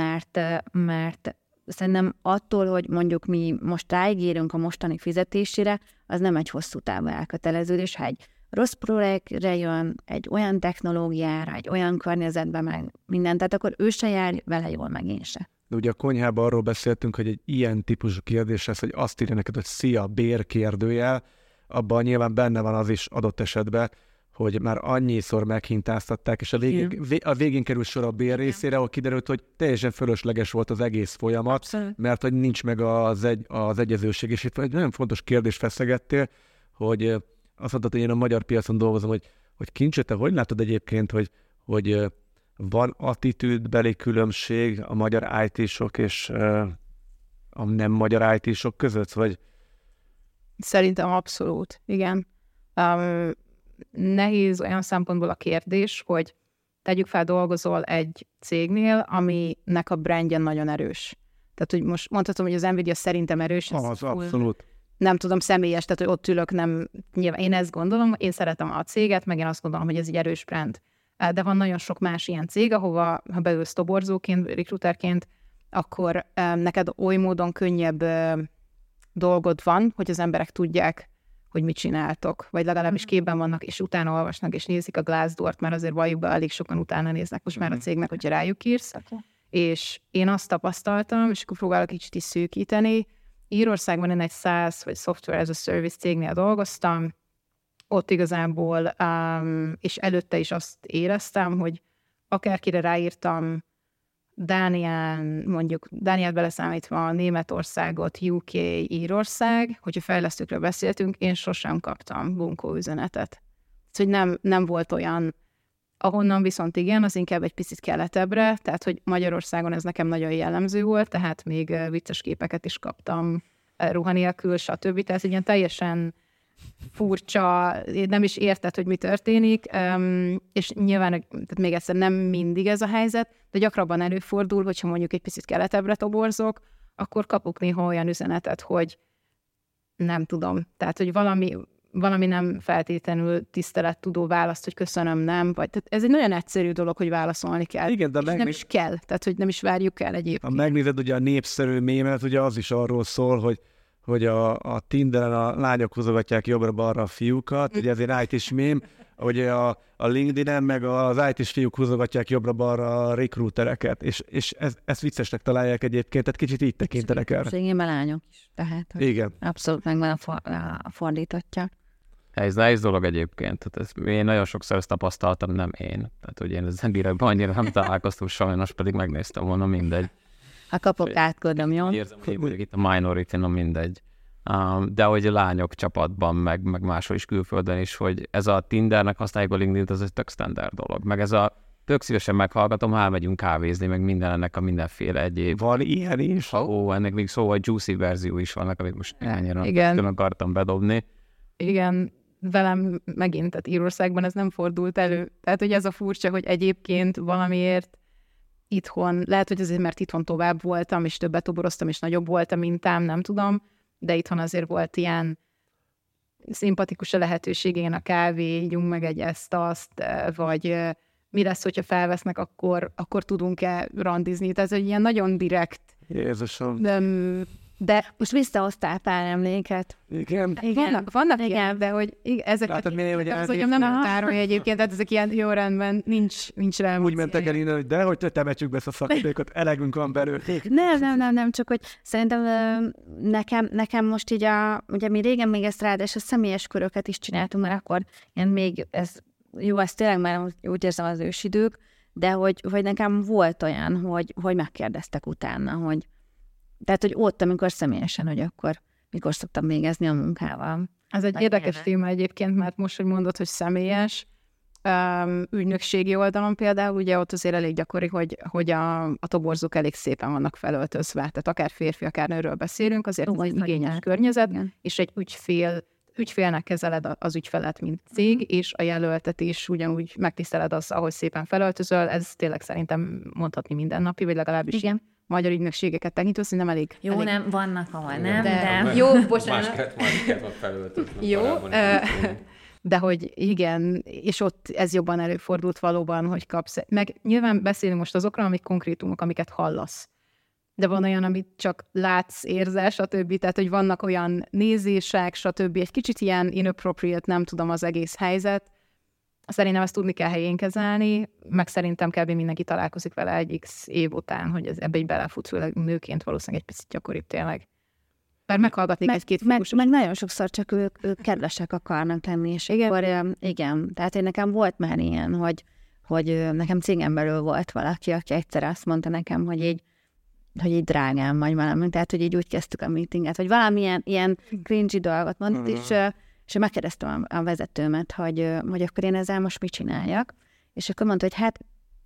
mert szerintem attól, hogy mondjuk mi most ráigérünk a mostani fizetésére, az nem egy hosszú távú elköteleződés, ha egy rossz projektre jön, egy olyan technológiára, egy olyan környezetbe, meg mindent, tehát akkor ő se jár vele jól, meg én se. De ugye a konyhában arról beszéltünk, hogy egy ilyen típusú kérdés lesz, hogy azt írja neked, hogy szia, bér kérdőjel, abban nyilván benne van az is adott esetben, hogy már annyiszor meghintáztatták, és a végén kerül sor a bér részére, ahol kiderült, hogy teljesen fölösleges volt az egész folyamat, Abszolút. mert hogy nincs meg az egyezőség. És itt egy nagyon fontos kérdést feszegettél, hogy azt mondtad, hogy én a magyar piacon dolgozom, hogy Kincső, te hogy látod egyébként, hogy van attitűdbeli különbség a magyar IT-sok és a nem magyar IT-sok között? Vagy? Szerintem abszolút, igen. Nehéz olyan szempontból a kérdés, hogy tegyük fel, dolgozol egy cégnél, aminek a brandje nagyon erős. Tehát, hogy most mondhatom, hogy az Nvidia szerintem erős. Az abszolút. Nem tudom, személyes, tehát, hogy ott ülök, nem, nyilván én ezt gondolom, én szeretem a céget, meg én azt gondolom, hogy ez egy erős brand. De van nagyon sok más ilyen cég, ahova, ha beülsz toborzóként, recruiterként, akkor neked oly módon könnyebb dolgod van, hogy az emberek tudják, hogy mit csináltok, vagy legalábbis képben vannak, és utána olvasnak, és nézik a Glassdoor-t, mert azért valljuk be, elég sokan utána néznek most már a cégnek, hogyha rájuk írsz. Okay. És én azt tapasztaltam, és akkor próbálok kicsit is szűkíteni, Írországban én egy SaaS, vagy Software as a Service cégnél dolgoztam, ott igazából, és előtte is azt éreztem, hogy akárkire ráírtam, Dániát beleszámítva Németországot, UK, Írország, hogyha fejlesztőkről beszéltünk, én sosem kaptam bunkó üzenetet. Szóval nem volt olyan, ahonnan viszont igen, az inkább egy picit keletebbre, tehát hogy Magyarországon ez nekem nagyon jellemző volt, tehát még vicces képeket is kaptam ruha nélkül, stb. Tehát ilyen teljesen furcsa, nem is érted, hogy mi történik, és nyilván, tehát még egyszer nem mindig ez a helyzet, de gyakrabban előfordul, hogyha mondjuk egy picit keletebbre toborzok, akkor kapok néha olyan üzenetet, hogy nem tudom, tehát, hogy valami nem feltétlenül tisztelettudó választ, hogy köszönöm, nem, vagy tehát ez egy nagyon egyszerű dolog, hogy válaszolni kell. Igen, de nem is kell, tehát, hogy nem is várjuk el egyébként. Ha megnézed ugye a népszerű mémet, ugye az is arról szól, hogy a Tinderen a lányok húzogatják jobbra-balra a fiúkat, ugye ez egy IT-s mém, hogy a LinkedIn-en meg az IT-s fiúk húzogatják jobbra-balra a recruitereket, és ezt viccesnek találják egyébként, tehát kicsit így tekintenek el. Igen, lányok is, tehát igen. Abszolút megvan a fordítottja. Ez nehéz dolog egyébként. Tehát én nagyon sokszor ezt tapasztaltam, nem én. Tehát, hogy én ezen direktben annyira nem találkoztam, sajnos pedig megnéztem volna, mindegy. Ha kapok, átküldöm, jó? Érzem, hogy vagyok itt a minority, mindegy. De hogy a lányok csapatban, meg máshol is külföldön is, hogy ez a Tindernek használjuk a LinkedIn-t, az egy tök standard dolog. Meg ez a tök szívesen meghallgatom, ha elmegyünk kávézni, meg minden ennek a mindenféle egyéb. Van ilyen is. Ennek még szóval juicy verzió is vannak, amit most ennyire nem akartam bedobni. Igen, velem megint, tehát Írországban ez nem fordult elő. Tehát, hogy ez a furcsa, hogy egyébként valamiért itthon, lehet, hogy azért, mert itthon tovább voltam, és többet toboroztam, és nagyobb volt a mintám, nem tudom, de itthon azért volt ilyen szimpatikus a lehetőség, igen, a kávé, ígyunk meg egy ezt-azt, vagy mi lesz, hogyha felvesznek, akkor tudunk-e randizni. Tehát ez egy ilyen nagyon direkt. Jézusom. De most visszahoztál pár emléket. Igen. Vannak ilyen, de hogy ezeket az agyam nem tárolja egyébként, tehát ezek ilyen jó rendben, nincs rá. Úgy mentek el innen, hogy de hogy temetjük be ezt a szakadékot, elegünk van belőle. Nem, csak hogy szerintem nekem most így ugye mi régen még ezt ráadásul személyes köröket is csináltunk, mert akkor én még ez tényleg már úgy érzem az ősidők, de hogy nekem volt olyan, hogy megkérdeztek utána, hogy tehát, hogy ott, amikor személyesen, hogy akkor mikor szoktam végezni a munkával. Ez egy érdekes téma egyébként, mert most, hogy mondod, hogy személyes, ügynökségi oldalon például, ugye ott azért elég gyakori, hogy a toborzók elég szépen vannak felöltözve, tehát akár férfi, akár nőről beszélünk, azért ez egy igényes környezet, igen. És egy ügyfélnek kezeled az ügyfelet, mint cég, és a jelöltet is ugyanúgy megtiszteled az, ahogy szépen felöltözöl, ez tényleg szerintem mondhatni mindennapi, vagy legalábbis igen. Magyar ügynökségeket tekintősz, hogy nem elég. Jó, elég. Nem, vannak, ahol nem, de... Jó, bocsánat. Másiket van felöltözni. Jó, de hogy igen, és ott ez jobban előfordult valóban, hogy kapsz. Meg nyilván beszélünk most azokról, amik konkrétumok, amiket hallasz. De van olyan, amit csak látsz, érzel, stb. Tehát, hogy vannak olyan nézések, stb. Egy kicsit ilyen inappropriate, nem tudom, az egész helyzet. Szerintem ezt tudni kell helyén kezelni, meg szerintem kb. Mindenki találkozik vele egy x év után, hogy ez ebbe így belefut, főleg nőként valószínűleg egy picit gyakoribb tényleg. Mert meghallgatnék egy-két fókusos. Meg nagyon sokszor csak ők kedvesek akarnak lenni, és igen. Tehát én nekem volt már ilyen, hogy nekem cégen belül volt valaki, aki egyszer azt mondta nekem, hogy így drágám vagy valami, tehát hogy így úgy kezdtük a meetinget, hogy valamilyen ilyen cringy dolgot mondott, és megkérdeztem a vezetőmet, hogy akkor én ezzel most mit csináljak, és akkor mondta, hogy hát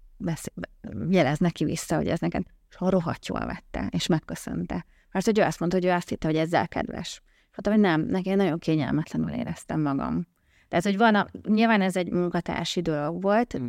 jelez neki vissza, hogy ez neked rohadt jól vette, és megköszönte. Mert hogy ő azt mondta, hogy ő azt hitte, hogy ezzel kedves. És mondtam, hogy nem, nekem nagyon kényelmetlenül éreztem magam. Tehát, hogy nyilván ez egy munkatársi dolog volt,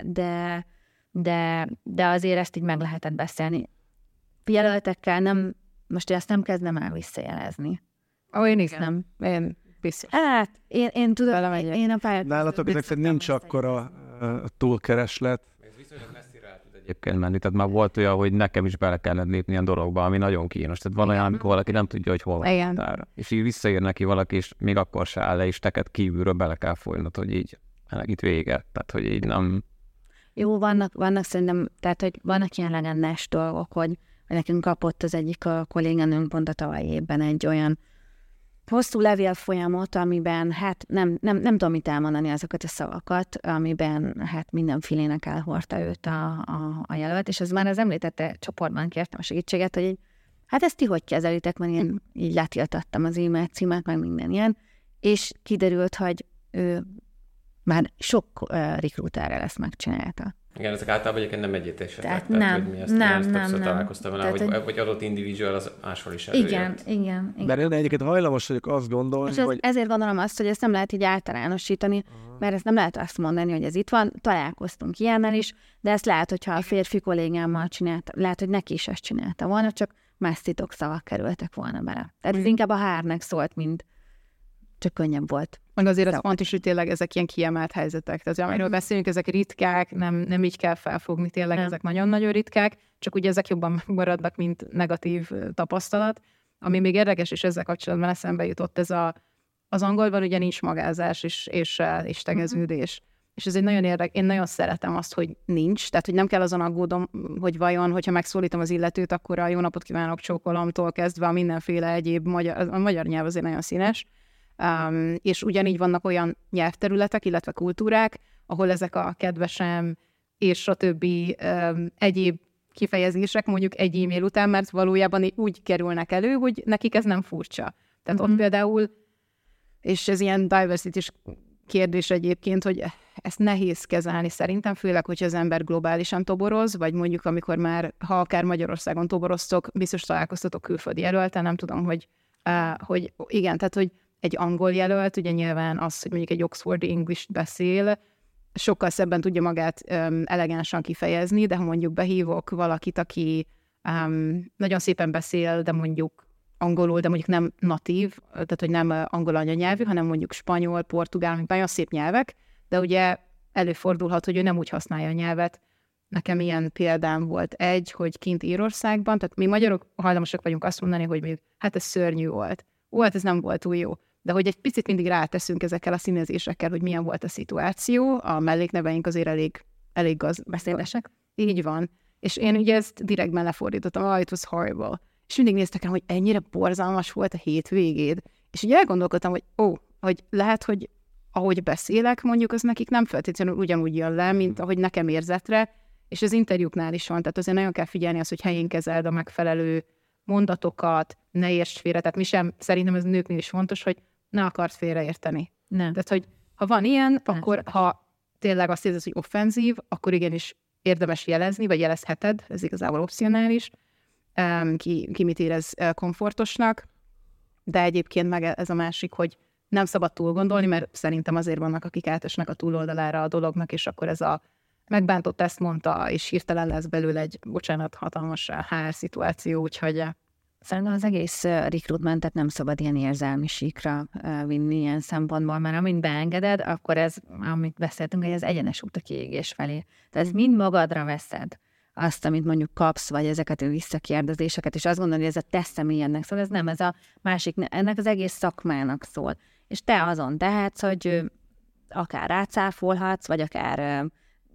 de azért ezt így meg lehetett beszélni. Jelöltekkel nem, most ezt nem kezdem el visszajelezni. Én is nem. Én biztos. Hát, én tudom, én a pályát... Nálatok ezek szerint nincs akkora túlkereslet. Ez viszonylag messzire el tud egyébként menni, tehát már volt olyan, hogy nekem is bele kellene lépni ilyen dologba, ami nagyon kínos. Tehát van olyan, amikor valaki nem tudja, hogy hol van. És így visszaír neki valaki, és még akkor se áll le, és neked kívülről bele kell folynod, hogy így itt vége. Tehát, hogy így nem... Jó, vannak szerintem, tehát, hogy vannak ilyen legendás dolgok, hogy nekünk kapott az egyik a kolléganőnk pont a tavalyi évben egy olyan hosszú levél folyamot, amiben hát nem tudom mit elmondani azokat a szavakat, amiben hát mindenfélének elhordta őt a jelölt, és az már az említette csoportban kértem a segítséget, hogy így, hát ezt ti hogy kezelitek, mert én így letiltattam az e-mail címet, meg minden ilyen, és kiderült, hogy ő már sok recruiterrel ezt megcsinálta. Igen, ezek általában egyébként nem együttésetek. Tehát nem, hogy mi ezt többször találkoztam vele, hogy adott individual az máshol is előjött. Igen. Mert én egyébként hajlamos vagyok azt gondolni, és hogy... ezért gondolom azt, hogy ezt nem lehet így általánosítani, mert ezt nem lehet azt mondani, hogy ez itt van, találkoztunk ilyennel is, de ezt lehet, hogyha a férfi kollégámmal csinálta, lehet, hogy neki is ezt csinálta volna, csak más titokszavak kerültek volna bele. Tehát ez inkább a hárnek szólt, mint csak könnyebb volt. Meg azért az fontos, hogy tényleg ezek ilyen kiemelt helyzetek. Tehát amiről beszélünk, ezek ritkák, nem így kell felfogni, tényleg ezek nagyon-nagyon ritkák, csak ugye ezek jobban maradnak, mint negatív tapasztalat. Ami még érdekes, és ezzel kapcsolatban eszembe jutott, ez az angolban ugye nincs magázás és tegeződés. És ez egy nagyon érdekes, én nagyon szeretem azt, hogy nincs, tehát hogy nem kell azon aggódom, hogy vajon, hogyha megszólítom az illetőt, akkor a jó napot kívánok csókolomtól kezdve a mindenféle egyéb a magyar nyelv azért nagyon színes. És ugyanígy vannak olyan nyelvterületek, illetve kultúrák, ahol ezek a kedvesem és a többi egyéb kifejezések mondjuk egy e-mail után, mert valójában úgy kerülnek elő, hogy nekik ez nem furcsa. Tehát ott például, és ez ilyen diversity-s kérdés egyébként, hogy ezt nehéz kezelni szerintem, főleg, hogyha az ember globálisan toboroz, vagy mondjuk amikor már, ha akár Magyarországon toboroztok, biztos találkoztatok külföldi jelölten, nem tudom, hogy igen, tehát, hogy egy angol jelölt, ugye nyilván az, hogy mondjuk egy Oxfordi English beszél, sokkal szebben tudja magát elegánsan kifejezni, de ha mondjuk behívok valakit, aki nagyon szépen beszél, de mondjuk angolul, de mondjuk nem natív, tehát hogy nem angol anyanyelvű, hanem mondjuk spanyol, portugál, amik nagyon szép nyelvek, de ugye előfordulhat, hogy ő nem úgy használja a nyelvet. Nekem ilyen példám volt hogy kint Írországban, tehát mi magyarok hajlamosak vagyunk azt mondani, hogy hát ez szörnyű volt. Hát ez nem volt túl jó. De hogy egy picit mindig ráteszünk ezekkel a színezésekkel, hogy milyen volt a szituáció, a mellékneveink azért elég beszélesek. Így van. És én ugye ezt direktben lefordítottam, it was horrible. És mindig néztek rám, hogy ennyire borzalmas volt a hétvégéd. És ugye elgondolkodtam, hogy lehet, hogy ahogy beszélek, mondjuk, az nekik nem feltétlenül ugyanúgy jön le, mint ahogy nekem érzetre, és az interjúknál is van. Tehát azért nagyon kell figyelni azt, hogy helyén kezeld a megfelelő mondatokat, ne érts félre. Tehát mi sem, szerintem ez nőknél is fontos, hogy ne akart félreérteni. Nem. Tehát, hogy ha van ilyen, akkor ha tényleg azt érzed, hogy offenzív, akkor igenis érdemes jelezni, vagy jelezheted, ez igazából opcionális, ki mit érez komfortosnak, de egyébként meg ez a másik, hogy nem szabad túl gondolni, mert szerintem azért vannak, akik átesnek a túloldalára a dolognak, és akkor ez a megbántott ezt mondta, és hirtelen lesz belőle egy, hatalmas HR szituáció, úgyhogy szerintem az egész recruitmentet nem szabad ilyen érzelmi síkra vinni ilyen szempontból, mert amint beengeded, akkor ez, amit beszéltünk, hogy ez egyenes út a kiégés felé. Tehát mind magadra veszed azt, amit mondjuk kapsz, vagy ezeket a visszakérdezéseket, és azt gondolod, hogy ez a te személyednek szól, ez nem, ez a másik, ennek az egész szakmának szól. És te azon tehetsz, hogy akár rácáfolhatsz, vagy akár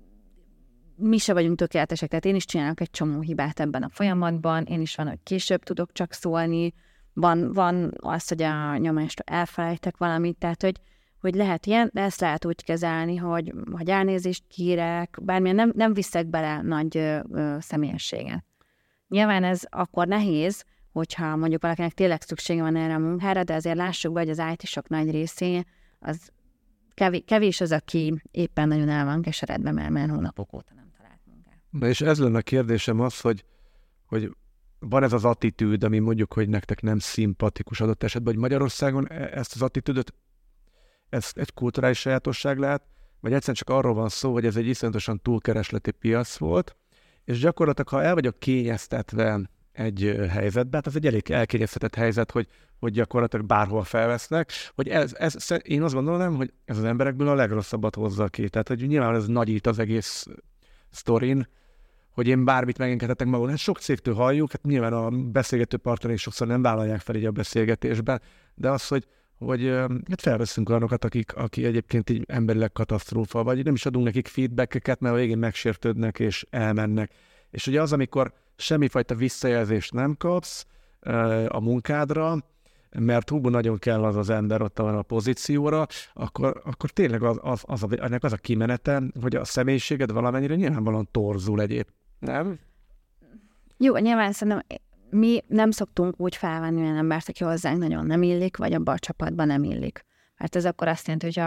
mi se vagyunk tökéletesek, tehát én is csinálok egy csomó hibát ebben a folyamatban, én is van, hogy később tudok csak szólni, van az, hogy a nyomást elfelejtek valamit, tehát hogy lehet ilyen, de ezt lehet úgy kezelni, hogy elnézést kérek, bármilyen nem viszek bele nagy személyességet. Nyilván ez akkor nehéz, hogyha mondjuk valakinek tényleg szüksége van erre a munkára, de azért lássuk be, hogy az IT-sok nagy részé az kevés az, aki éppen nagyon el van keseredve, mert hónapok óta nem talált munkát. Na és ez lenne a kérdésem az, hogy van ez az attitűd, ami mondjuk, hogy nektek nem szimpatikus adott esetben, hogy Magyarországon ezt az attitűdöt, ez egy kulturális sajátosság lehet, vagy egyszerűen csak arról van szó, hogy ez egy iszonyatosan túlkeresleti piac volt, és gyakorlatilag, ha el vagyok kényeztetve egy helyzetbe, hát ez egy elég elkényeztetett helyzet, hogy gyakorlatilag bárhol felvesznek, hogy én azt gondolom, hogy ez az emberekből a legrosszabbat hozza ki. Tehát, hogy nyilván ez nagyít az egész sztorin, hogy én bármit megengedhetek magamon. Hát sok cégtől halljuk, hát nyilván a beszélgető partnerek sokszor nem vállalják fel így a beszélgetésben, de az, hogy hát felveszünk olyanokat, aki egyébként így emberileg katasztrófa, vagy nem is adunk nekik feedbackeket, mert a végén megsértődnek és elmennek. És ugye az, amikor semmifajta visszajelzést nem kapsz a munkádra, mert húgó nagyon kell az ember ott a pozícióra, akkor tényleg ennek az a kimenete, hogy a személyiséged valamennyire nyilvánvalóan torzul egyéb. Nem? Jó, nyilván szerintem mi nem szoktunk úgy felvenni olyan embert, aki hozzánk nagyon nem illik, vagy abban a csapatban nem illik. Mert ez akkor azt jelenti, hogy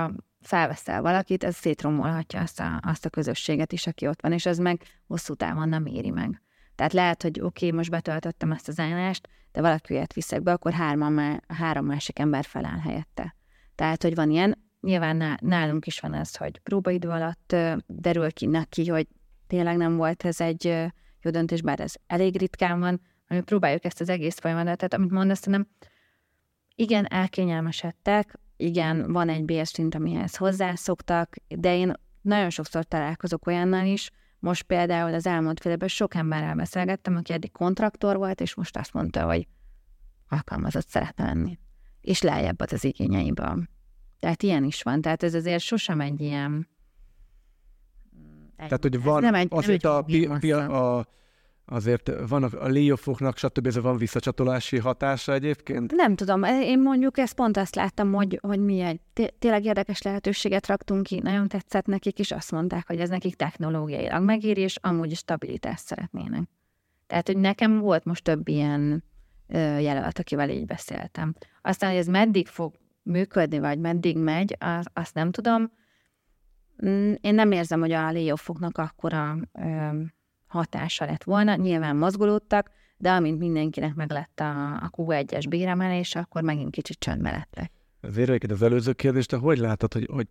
felveszel valakit, ez szétromolhatja azt a közösséget is, aki ott van, és ez meg hosszú távon nem éri meg. Tehát lehet, hogy oké, most betöltöttem ezt az állást, de valaki ilyet viszek be, akkor három másik ember feláll helyette. Tehát, hogy van ilyen, nyilván nálunk is van ez, hogy próbaidő alatt derül ki neki, hogy tényleg nem volt ez egy jó döntés, bár ez elég ritkán van, ami próbáljuk ezt az egész folyamatot, tehát amit mondasz, nem, igen, elkényelmesedtek, igen, van egy bérszint, amihez hozzászoktak, de én nagyon sokszor találkozok olyannal is, most például az elmúlt fél évben sok emberrel beszélgettem, aki eddig kontraktor volt, és most azt mondta, hogy alkalmazott szeretne lenni. És lejjebb az igényeiből. Tehát ilyen is van. Tehát ez azért sosem egy ilyen... Tehát, hogy van azért azért vannak a layoffoknak, stb. Ez van visszacsatolási hatása egyébként? Nem tudom, én mondjuk ezt pont azt láttam, hogy mi tényleg érdekes lehetőséget raktunk ki, nagyon tetszett nekik, és azt mondták, hogy ez nekik technológiailag megéri, és amúgy is stabilitást szeretnének. Tehát, hogy nekem volt most több ilyen jelölt, akivel így beszéltem. Aztán, hogy ez meddig fog működni, vagy meddig megy, azt nem tudom. Én nem érzem, hogy a layoffoknak akkora hatása lett volna. Nyilván mozgolódtak, de amint mindenkinek meg lett a Q1-es béremelés, akkor megint kicsit csöndbe lettek. Ezért az előző kérdést, te hogy látod, hogy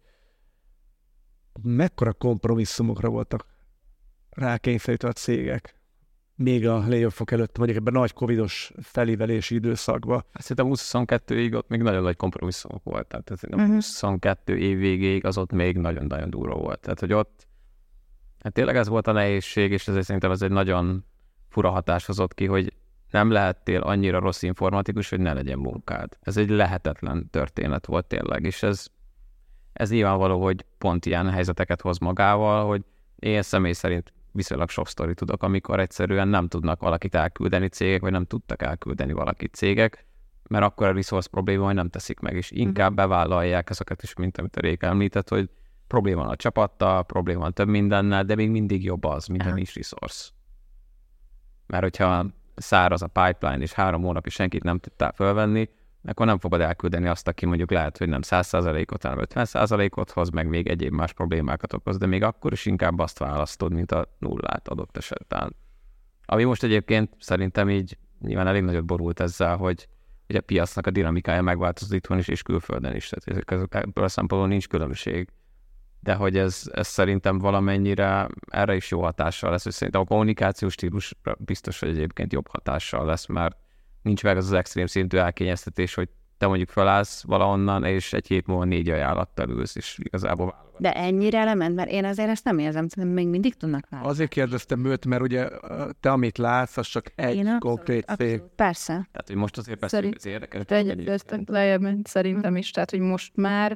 mekkora kompromisszumokra voltak rákényszerítve a cégek még a layoffok előtt, mondjuk ebben nagy covidos felívelési időszakban? Szerintem 22-ig ott még nagyon nagy kompromisszumok volt. Tehát 22 év végéig az ott még nagyon-nagyon durva volt. Tehát, hogy ott hát tényleg ez volt a nehézség, és ezért szerintem ez egy nagyon fura hatás hozott ki, hogy nem lehettél annyira rossz informatikus, hogy ne legyen munkád. Ez egy lehetetlen történet volt tényleg, és ez nyilvánvaló, hogy pont ilyen helyzeteket hoz magával, hogy én személy szerint viszonylag sok sztori tudok, amikor egyszerűen nem tudnak valakit elküldeni cégek, vagy nem tudtak elküldeni valakit cégek, mert akkor a resource probléma, hogy nem teszik meg, és inkább bevállalják ezeket is, mint amit a Réka említett, hogy probléma van a csapattal, probléma van több mindennel, de még mindig jobb az, mint a nincs resource. Mert hogyha száraz a pipeline, és 3 hónapig senkit nem tudtál fölvenni, akkor nem fogod elküldeni azt, aki mondjuk lehet, hogy nem 100%-ot, hanem 50%-ot hoz, meg még egyéb más problémákat okoz, de még akkor is inkább azt választod, mint a nullát adott esetben. Ami most egyébként szerintem így nyilván elég nagyot borult ezzel, hogy a piacnak a dinamikája megváltozott itthon is, és külföldön is. Tehát ebből a szempontból nincs különbség. De hogy ez szerintem valamennyire erre is jó hatással lesz, hogy szerintem a kommunikációs stílus biztos, hogy egyébként jobb hatással lesz, mert nincs meg az extrém szintű elkényeztetés, hogy te mondjuk felállsz valahonnan, és egy hét múlva 4 ajánlattal ülsz, és igazából válogatsz. De ennyire lement, mert én azért ezt nem érzem, még mindig tudnak válogatni. Azért kérdeztem őt, mert ugye te, amit látsz, az csak egy konkrét cég. Persze. Tehát, hogy most azért beszélünk, ez érdekes. Lejjebb szerintem is, tehát, hogy most már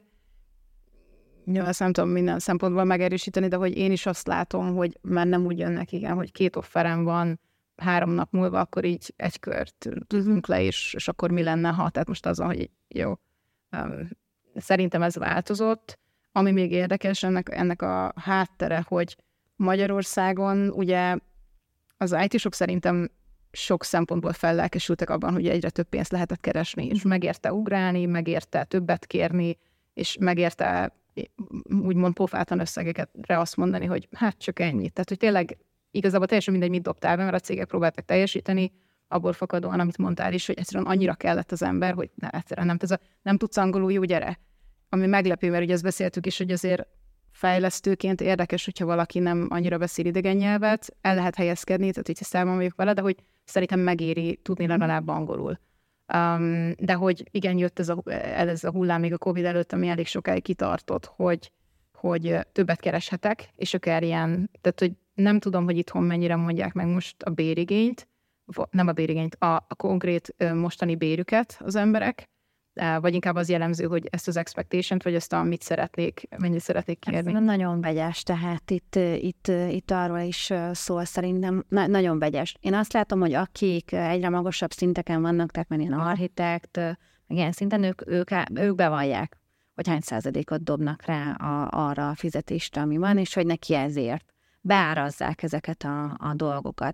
ezt nem tudom minden szempontból megerősíteni, de hogy én is azt látom, hogy már nem úgy jönnek, igen, hogy 2 offerem van, 3 nap múlva, akkor így egy kört tudunk le, és akkor mi lenne, ha? Tehát most az, hogy jó. Szerintem ez változott. Ami még érdekes, ennek a háttere, hogy Magyarországon ugye az IT-sok szerintem sok szempontból fellelkesültek abban, hogy egyre több pénzt lehetett keresni, és megérte ugrálni, megérte többet kérni, és megérte úgymond pofátlan összegekre azt mondani, hogy hát csak ennyi. Tehát, hogy tényleg igazából teljesen mindegy, mit dobtál be, mert a cégek próbáltak teljesíteni, abból fakadóan, amit mondtál is, hogy egyszerűen annyira kellett az ember, hogy egyszerűen nem tudsz angolul, jó, gyere. Ami meglepő, mert ugye ezt beszéltük is, hogy azért fejlesztőként érdekes, hogyha valaki nem annyira beszél idegen nyelvet, el lehet helyezkedni, tehát hogyha számon vagyok vele, de hogy szerintem megéri tudni legalább angolul. De hogy igen, jött ez a hullám még a Covid előtt, ami elég sokáig kitartott, hogy többet kereshetek, és akár ilyen, tehát hogy nem tudom, hogy itthon mennyire mondják meg most a bérigényt, nem a bérigényt, a konkrét mostani bérüket az emberek, vagy inkább az jellemző, hogy ezt az expectation-t, vagy ezt mennyit szeretnék kérni. Ez nagyon vegyes, tehát itt arról is szól szerintem, nagyon vegyes. Én azt látom, hogy akik egyre magasabb szinteken vannak, tehát már ilyen architekt, meg ilyen szinten, ők bevallják, hogy hány százalékot dobnak rá arra a fizetésre, ami van, és hogy neki ezért beárazzák ezeket a dolgokat.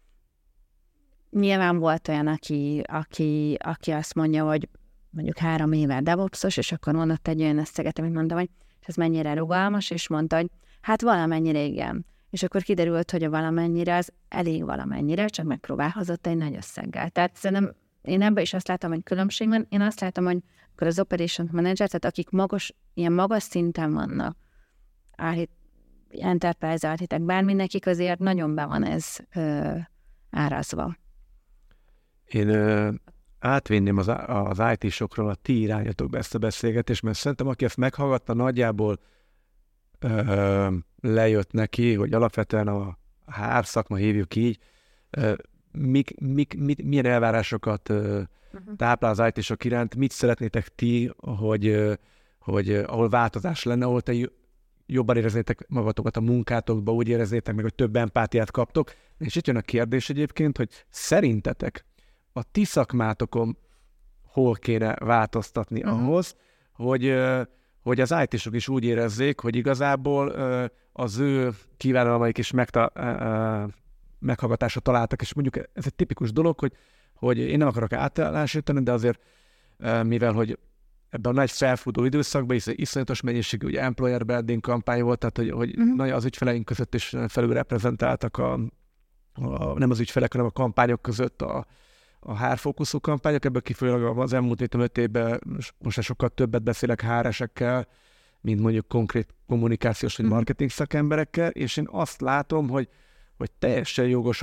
Nyilván volt olyan, aki azt mondja, hogy mondjuk 3 éve DevOps-os, és akkor mondott egy olyan összeget, amit mondtam, hogy ez mennyire rugalmas, és mondta, hogy hát valamennyire igen. És akkor kiderült, hogy a valamennyire az elég valamennyire, csak megpróbálhozott egy nagy összeggel. Tehát szerintem én ebben is azt látom, hogy különbség van. Én azt látom, hogy akkor az operation manager, tehát akik ilyen magas szinten vannak, enterprise architect, bármi, nekik azért nagyon be van ez árazva. Én átvinném az IT-sokról a ti irányatok be ezt a beszélgetést, mert szerintem aki ezt meghallgatta, nagyjából lejött neki, hogy alapvetően a HR szakma, hívjuk így, milyen elvárásokat táplál az IT-sok iránt, mit szeretnétek ti, hogy ahol változás lenne, ahol te jobban éreznétek magatokat a munkátokba, úgy éreznétek meg, hogy több empátiát kaptok. És itt jön a kérdés egyébként, hogy szerintetek a ti szakmátokon hol kéne változtatni ahhoz, hogy az IT-sok is úgy érezzék, hogy igazából az ő kívánalmaik is meghallgatásra találtak, és mondjuk ez egy tipikus dolog, hogy én nem akarok általánosítani, de azért mivel, hogy ebben a nagy felfutó időszakban is iszonyatos mennyiségű ugye employer branding kampány volt, tehát hogy nagy az ügyfeleink között is felül reprezentáltak nem az ügyfelek, hanem a kampányok között a HR-fókuszú kampányok, ebből kifolyólag az elmúlt 5 évben most sokkal többet beszélek HR-esekkel, mint mondjuk konkrét kommunikációs vagy marketing szakemberekkel, és én azt látom, hogy teljesen jogos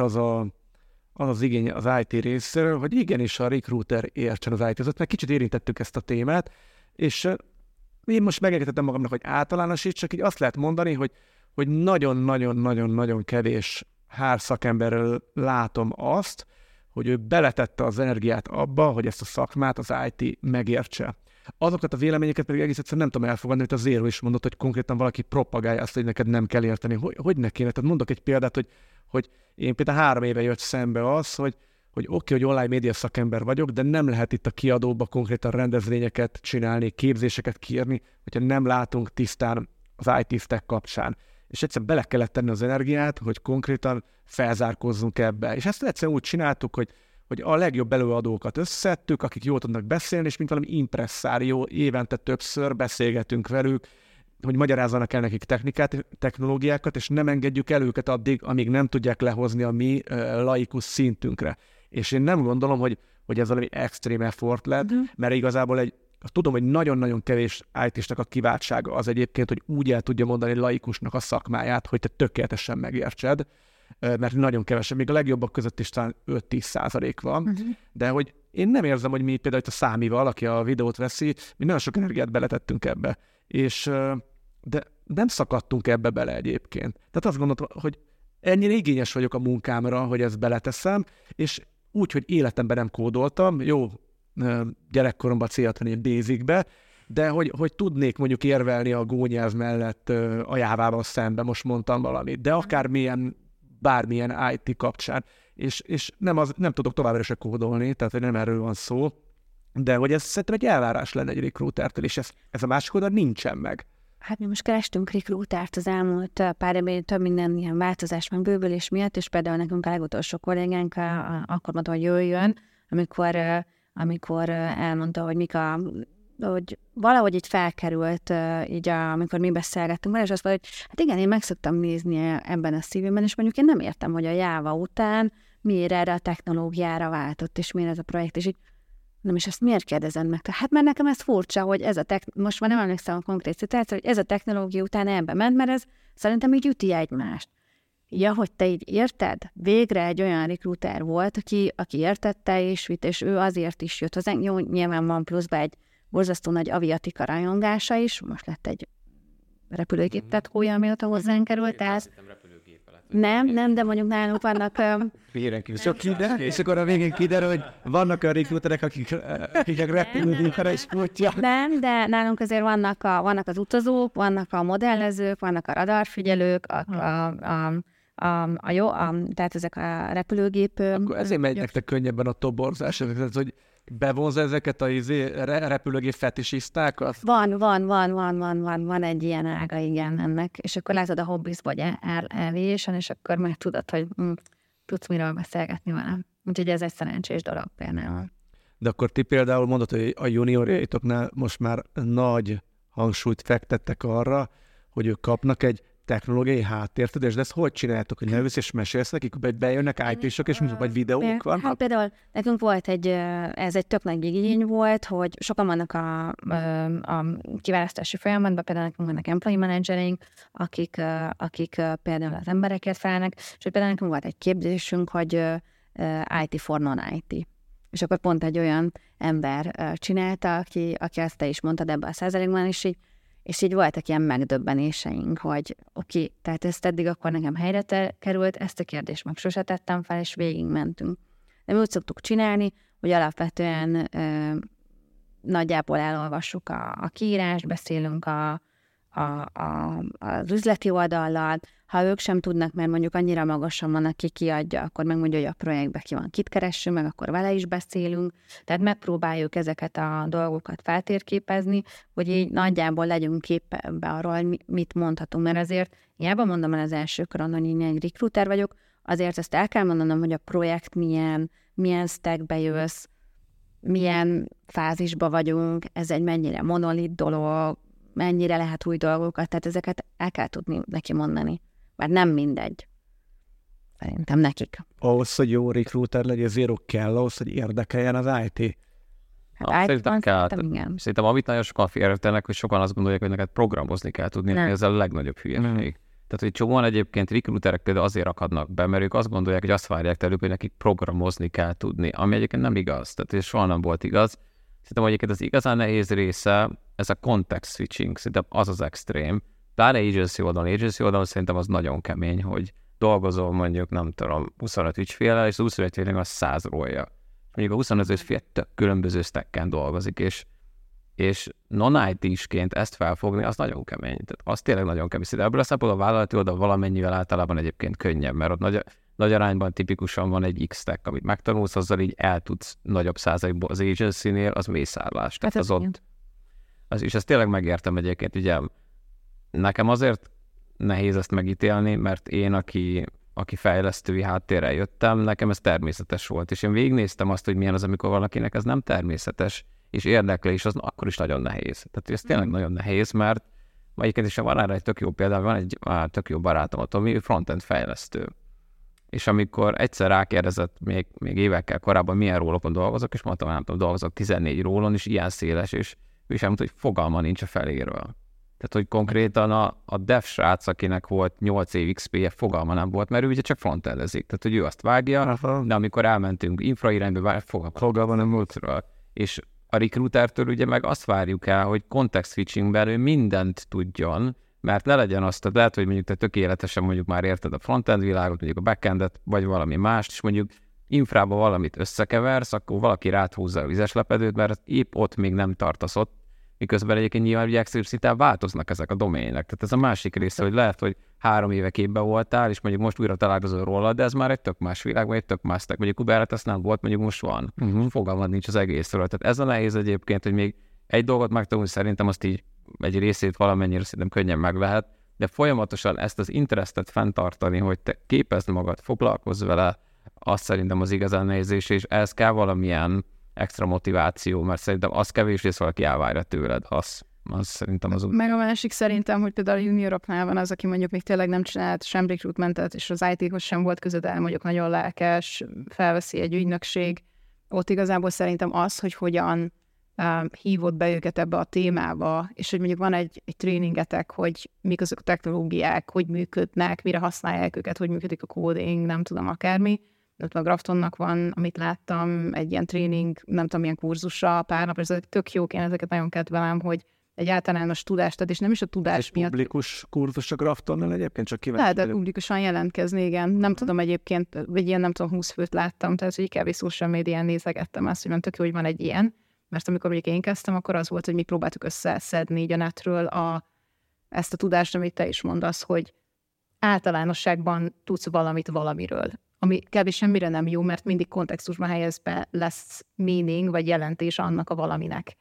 az igény az IT részéről, hogy igenis a recruiter értsen az IT-hoz. Mert kicsit érintettük ezt a témát, és én most megengedhetem magamnak, hogy általánosítsak, így azt lehet mondani, hogy nagyon-nagyon-nagyon-nagyon kevés HR szakemberrel látom azt, hogy ő beletette az energiát abba, hogy ezt a szakmát az IT megértse. Azokat a véleményeket pedig egész egyszerűen nem tudom elfogadni, hogy a Zero is mondott, hogy konkrétan valaki propagálja azt, hogy neked nem kell érteni. Hogy ne kéne? Tehát mondok egy példát, hogy én például 3 éve jött szembe az, hogy oké, hogy online média szakember vagyok, de nem lehet itt a kiadóba konkrétan rendezvényeket csinálni, képzéseket kiírni, hogyha nem látunk tisztán az IT stack kapcsán. És egyszerűen bele kellett tenni az energiát, hogy konkrétan felzárkózzunk ebbe. És ezt egyszerűen úgy csináltuk, hogy a legjobb előadókat összeszedtük, akik jól tudnak beszélni, és mint valami impresszárió, évente többször beszélgetünk velük, hogy magyarázzanak el nekik technológiákat, és nem engedjük el őket addig, amíg nem tudják lehozni a mi laikus szintünkre. És én nem gondolom, hogy ez valami extrém effort lett, mert igazából tudom, hogy nagyon-nagyon kevés IT-snak a kiváltsága az egyébként, hogy úgy el tudja mondani laikusnak a szakmáját, hogy te tökéletesen megértsed, mert nagyon kevesen, még a legjobbak között is talán 5-10% van, de hogy én nem érzem, hogy mi például itt a Számival, aki a videót veszi, mi nagyon sok energiát beletettünk ebbe, és de nem szakadtunk ebbe bele egyébként. Tehát azt gondoltam, hogy ennyire igényes vagyok a munkámra, hogy ezt beleteszem, és úgy, hogy életemben nem kódoltam, jó, gyerekkoromban C60 ilyen basicbe, de hogy tudnék mondjuk érvelni a gónyelv mellett a Jávával szemben, most mondtam valamit, de bármilyen IT kapcsán, és nem tudok továbbra se kódolni, tehát hogy nem erről van szó, de hogy ez szerintem egy elvárás lenne egy recruitertől, és ez a másik oldal nincsen meg. Hát mi most kerestünk recruitert az elmúlt pár évben, több minden ilyen változás, meg bővülés miatt, és például nekünk a legutolsó kollégánk akkor mondta, hogy jöjjön, amikor elmondta, hogy hogy valahogy így felkerült, amikor mi beszélgettünk vele, és azt mondta, hogy hát igen, én meg szoktam nézni ebben a szívemben, és mondjuk én nem értem, hogy a Java után miért erre a technológiára váltott, és miért ez a projekt, és így nem, és ezt miért kérdezem meg? Hát mert nekem ez furcsa, hogy most már nem emlékszem a konkrét szituáció, hogy ez a technológia után ebbe ment, mert ez szerintem így üti egymást. Ja, hogy te így érted? Végre egy olyan recruiter volt, aki értette és vitt, és ő azért is jött hozzánk. Jó, nyilván van pluszban egy borzasztó nagy aviatika rajongása is, most lett egy repülőgép tetkója, mióta hozzánk került, tehát nem, de mondjuk nálunk vannak... És akkor a végén kiderül, hogy vannak a recruiterek, akik repülőgépre is futja. Nem, de nálunk azért vannak az utazók, vannak a modellezők, vannak a radarfigyelők, tehát ezek a repülőgép... Akkor ezért megy nektek könnyebben a toborzás, hogy bevonza ezeket a repülőgép fetisisztákat? Van egy ilyen ága, igen, ennek. És akkor látod a hobbiz vagy aviation, és akkor már tudod, hogy tudsz miről beszélgetni velem. Úgyhogy ez egy szerencsés dolog például. De akkor ti például mondod, hogy a juniorjaitoknál most már nagy hangsúlyt fektettek arra, hogy ők kapnak egy technológiai háttértudás, de ezt hogy csináltok, hogy leülsz és mesélsz nekik, hogy bejönnek IT-sok, és vagy videók vannak? Hát például nekünk volt ez egy tök nagy igény volt, hogy sokan vannak a kiválasztási folyamatban, például nekünk vannak employee managereink, akik például az emberekért felelnek, és például nekünk volt egy képzésünk, hogy IT for non-IT. És akkor pont egy olyan ember csinálta, aki azt te is mondtad ebben a százalékban, és így voltak ilyen megdöbbenéseink, hogy oké, tehát ezt eddig akkor nekem helyre került, ezt a kérdést meg sose tettem fel, és végigmentünk. De mi úgy szoktuk csinálni, hogy alapvetően nagyjából elolvassuk a kiírást, beszélünk az üzleti oldallal, ha ők sem tudnak, mert mondjuk annyira magasan van, aki kiadja, akkor megmondja, hogy a projektben ki van, kit keressünk, meg akkor vele is beszélünk. Tehát megpróbáljuk ezeket a dolgokat feltérképezni, hogy így nagyjából legyünk képbe arról, hogy mit mondhatunk. Mert azért, hiába mondom el az első körön, hogy én egy recruiter vagyok, azért ezt el kell mondanom, hogy a projekt milyen stackbe jössz, milyen fázisba vagyunk, ez egy mennyire monolit dolog, mennyire lehet új dolgokat, tehát ezeket el kell tudni neki mondani. Mert nem mindegy. Szerintem nekik. Ahhoz, hogy jó recruiter legyen, zéró kell ahhoz, hogy érdekeljen az IT. Hát szerintem kell. Igen. Szerintem amit nagyon sokan félretelnek, hogy sokan azt gondolják, hogy neked programozni kell tudni, ez a legnagyobb hülyeség. Tehát, hogy csomóan egyébként recruiterek például azért akadnak be, mert ők azt gondolják, hogy azt várják tőlük, hogy nekik programozni kell tudni, ami egyébként nem igaz. Tehát ez soha nem volt igaz. Szerintem egyébként az igazán nehéz része, ez a context switching, szerintem az az extrém. Pláne agency oldalon szerintem az nagyon kemény, hogy dolgozol mondjuk, nem tudom, 25 ügyféllel, és az 25 ügyfél az 100 rólja. Mondjuk a 25 ügyfél tök különböző stacken dolgozik, és non-IT-sként ezt felfogni, az nagyon kemény. Tehát az tényleg nagyon kemény. Szerintem ebből a szempontból a vállalati oldal valamennyivel általában egyébként könnyebb, mert ott nagy arányban tipikusan van egy X-stack, amit megtanulsz, azzal így el tudsz nagyobb százalékból. Az agency-nél az mészállás. Tehát az ott, és ezt tényleg megértem egyébként, ugye nekem azért nehéz ezt megítélni, mert én, aki fejlesztői háttérrel jöttem, nekem ez természetes volt, és én végignéztem azt, hogy milyen az, amikor valakinek ez nem természetes, és érdekli, és az akkor is nagyon nehéz. Tehát ez tényleg nagyon nehéz, mert egyébként is van erre egy tök jó példa, van egy tök jó barátom, ami frontend fejlesztő. És amikor egyszer rákérdezett még évekkel korábban, milyen rólokon dolgozok, és mondtam, nem tudom, dolgozok 14 rólon, és ilyen széles, és ő sem mondta, hogy fogalma nincs a feléről. Tehát, hogy konkrétan a dev srác, akinek volt 8 év XP-je, fogalma nem volt, mert ő ugye csak frontendezik. Tehát, hogy ő azt vágja, de amikor elmentünk infra irányba, fogalma nem volt ről. És a recruitertől ugye meg azt várjuk el, hogy context switchingben ő mindent tudjon, mert ne legyen azt, lehet, hogy mondjuk te tökéletesen mondjuk már érted a frontend világot, mondjuk a backendet, vagy valami mást, és mondjuk infrába valamit összekeversz, akkor valaki rád húzza a vizes lepedőt, mert épp ott még nem tartasz ott, miközben egyébként nyilván ugye extrém szinten változnak ezek a domének. Tehát ez a másik része, hogy lehet, hogy 3 éve képben voltál, és mondjuk most újra találkozol róla, de ez már egy tök más világ, vagy egy tök más stack. Mondjuk Kubernetes nem volt, mondjuk most van. Fogalmad nincs az egészről. Tehát ez a nehéz egyébként, hogy még egy dolgot megtanulni, szerintem azt így egy részét valamennyire szerintem könnyen meg lehet, de folyamatosan ezt az interestet fenntartani, hogy te képezd magad, foglalkozz vele, azt szerintem az igazán nehéz, és ez kell valamilyen extra motiváció, mert szerintem az kevés, és valaki elvárja tőled, az szerintem az úgy. Meg a másik szerintem, hogy például a junioroknál van az, aki mondjuk még tényleg nem csinált sem recruitmentet, és az IT-hoz sem volt között el, mondjuk nagyon lelkes, felveszi egy ügynökség. Ott igazából szerintem az, hogy hogyan hívod be őket ebbe a témába, és hogy mondjuk van egy tréningetek, hogy mik azok a technológiák, hogy működnek, mire használják őket, hogy működik a coding, nem tudom, akármi. Ott a Graftonnak van, amit láttam, egy ilyen tréning, nem tudom, milyen kurzusra pár nap, és ezek tök jók, én ezeket nagyon kedvelem, hogy egy általános tudást ad, és nem is a tudás miatt. Publikus kurzus a Graftonnal egyébként, csak kíváncsi. Lehet, de publikusan jelentkezni, igen. Nem tudom egyébként, vagy ilyen nem tudom, 20 főt láttam, tehát hogy kevés social médián nézegettem azt, hogy nem tök jó, hogy van egy ilyen, mert amikor mondjuk én kezdtem, akkor az volt, hogy mi próbáltuk összeszedni így a netről ezt a tudást, amit te is mondasz, hogy általánosságban tudsz valamit valamiről, ami kb. Semmire nem jó, mert mindig kontextusban helyezve lesz meaning, vagy jelentés annak a valaminek.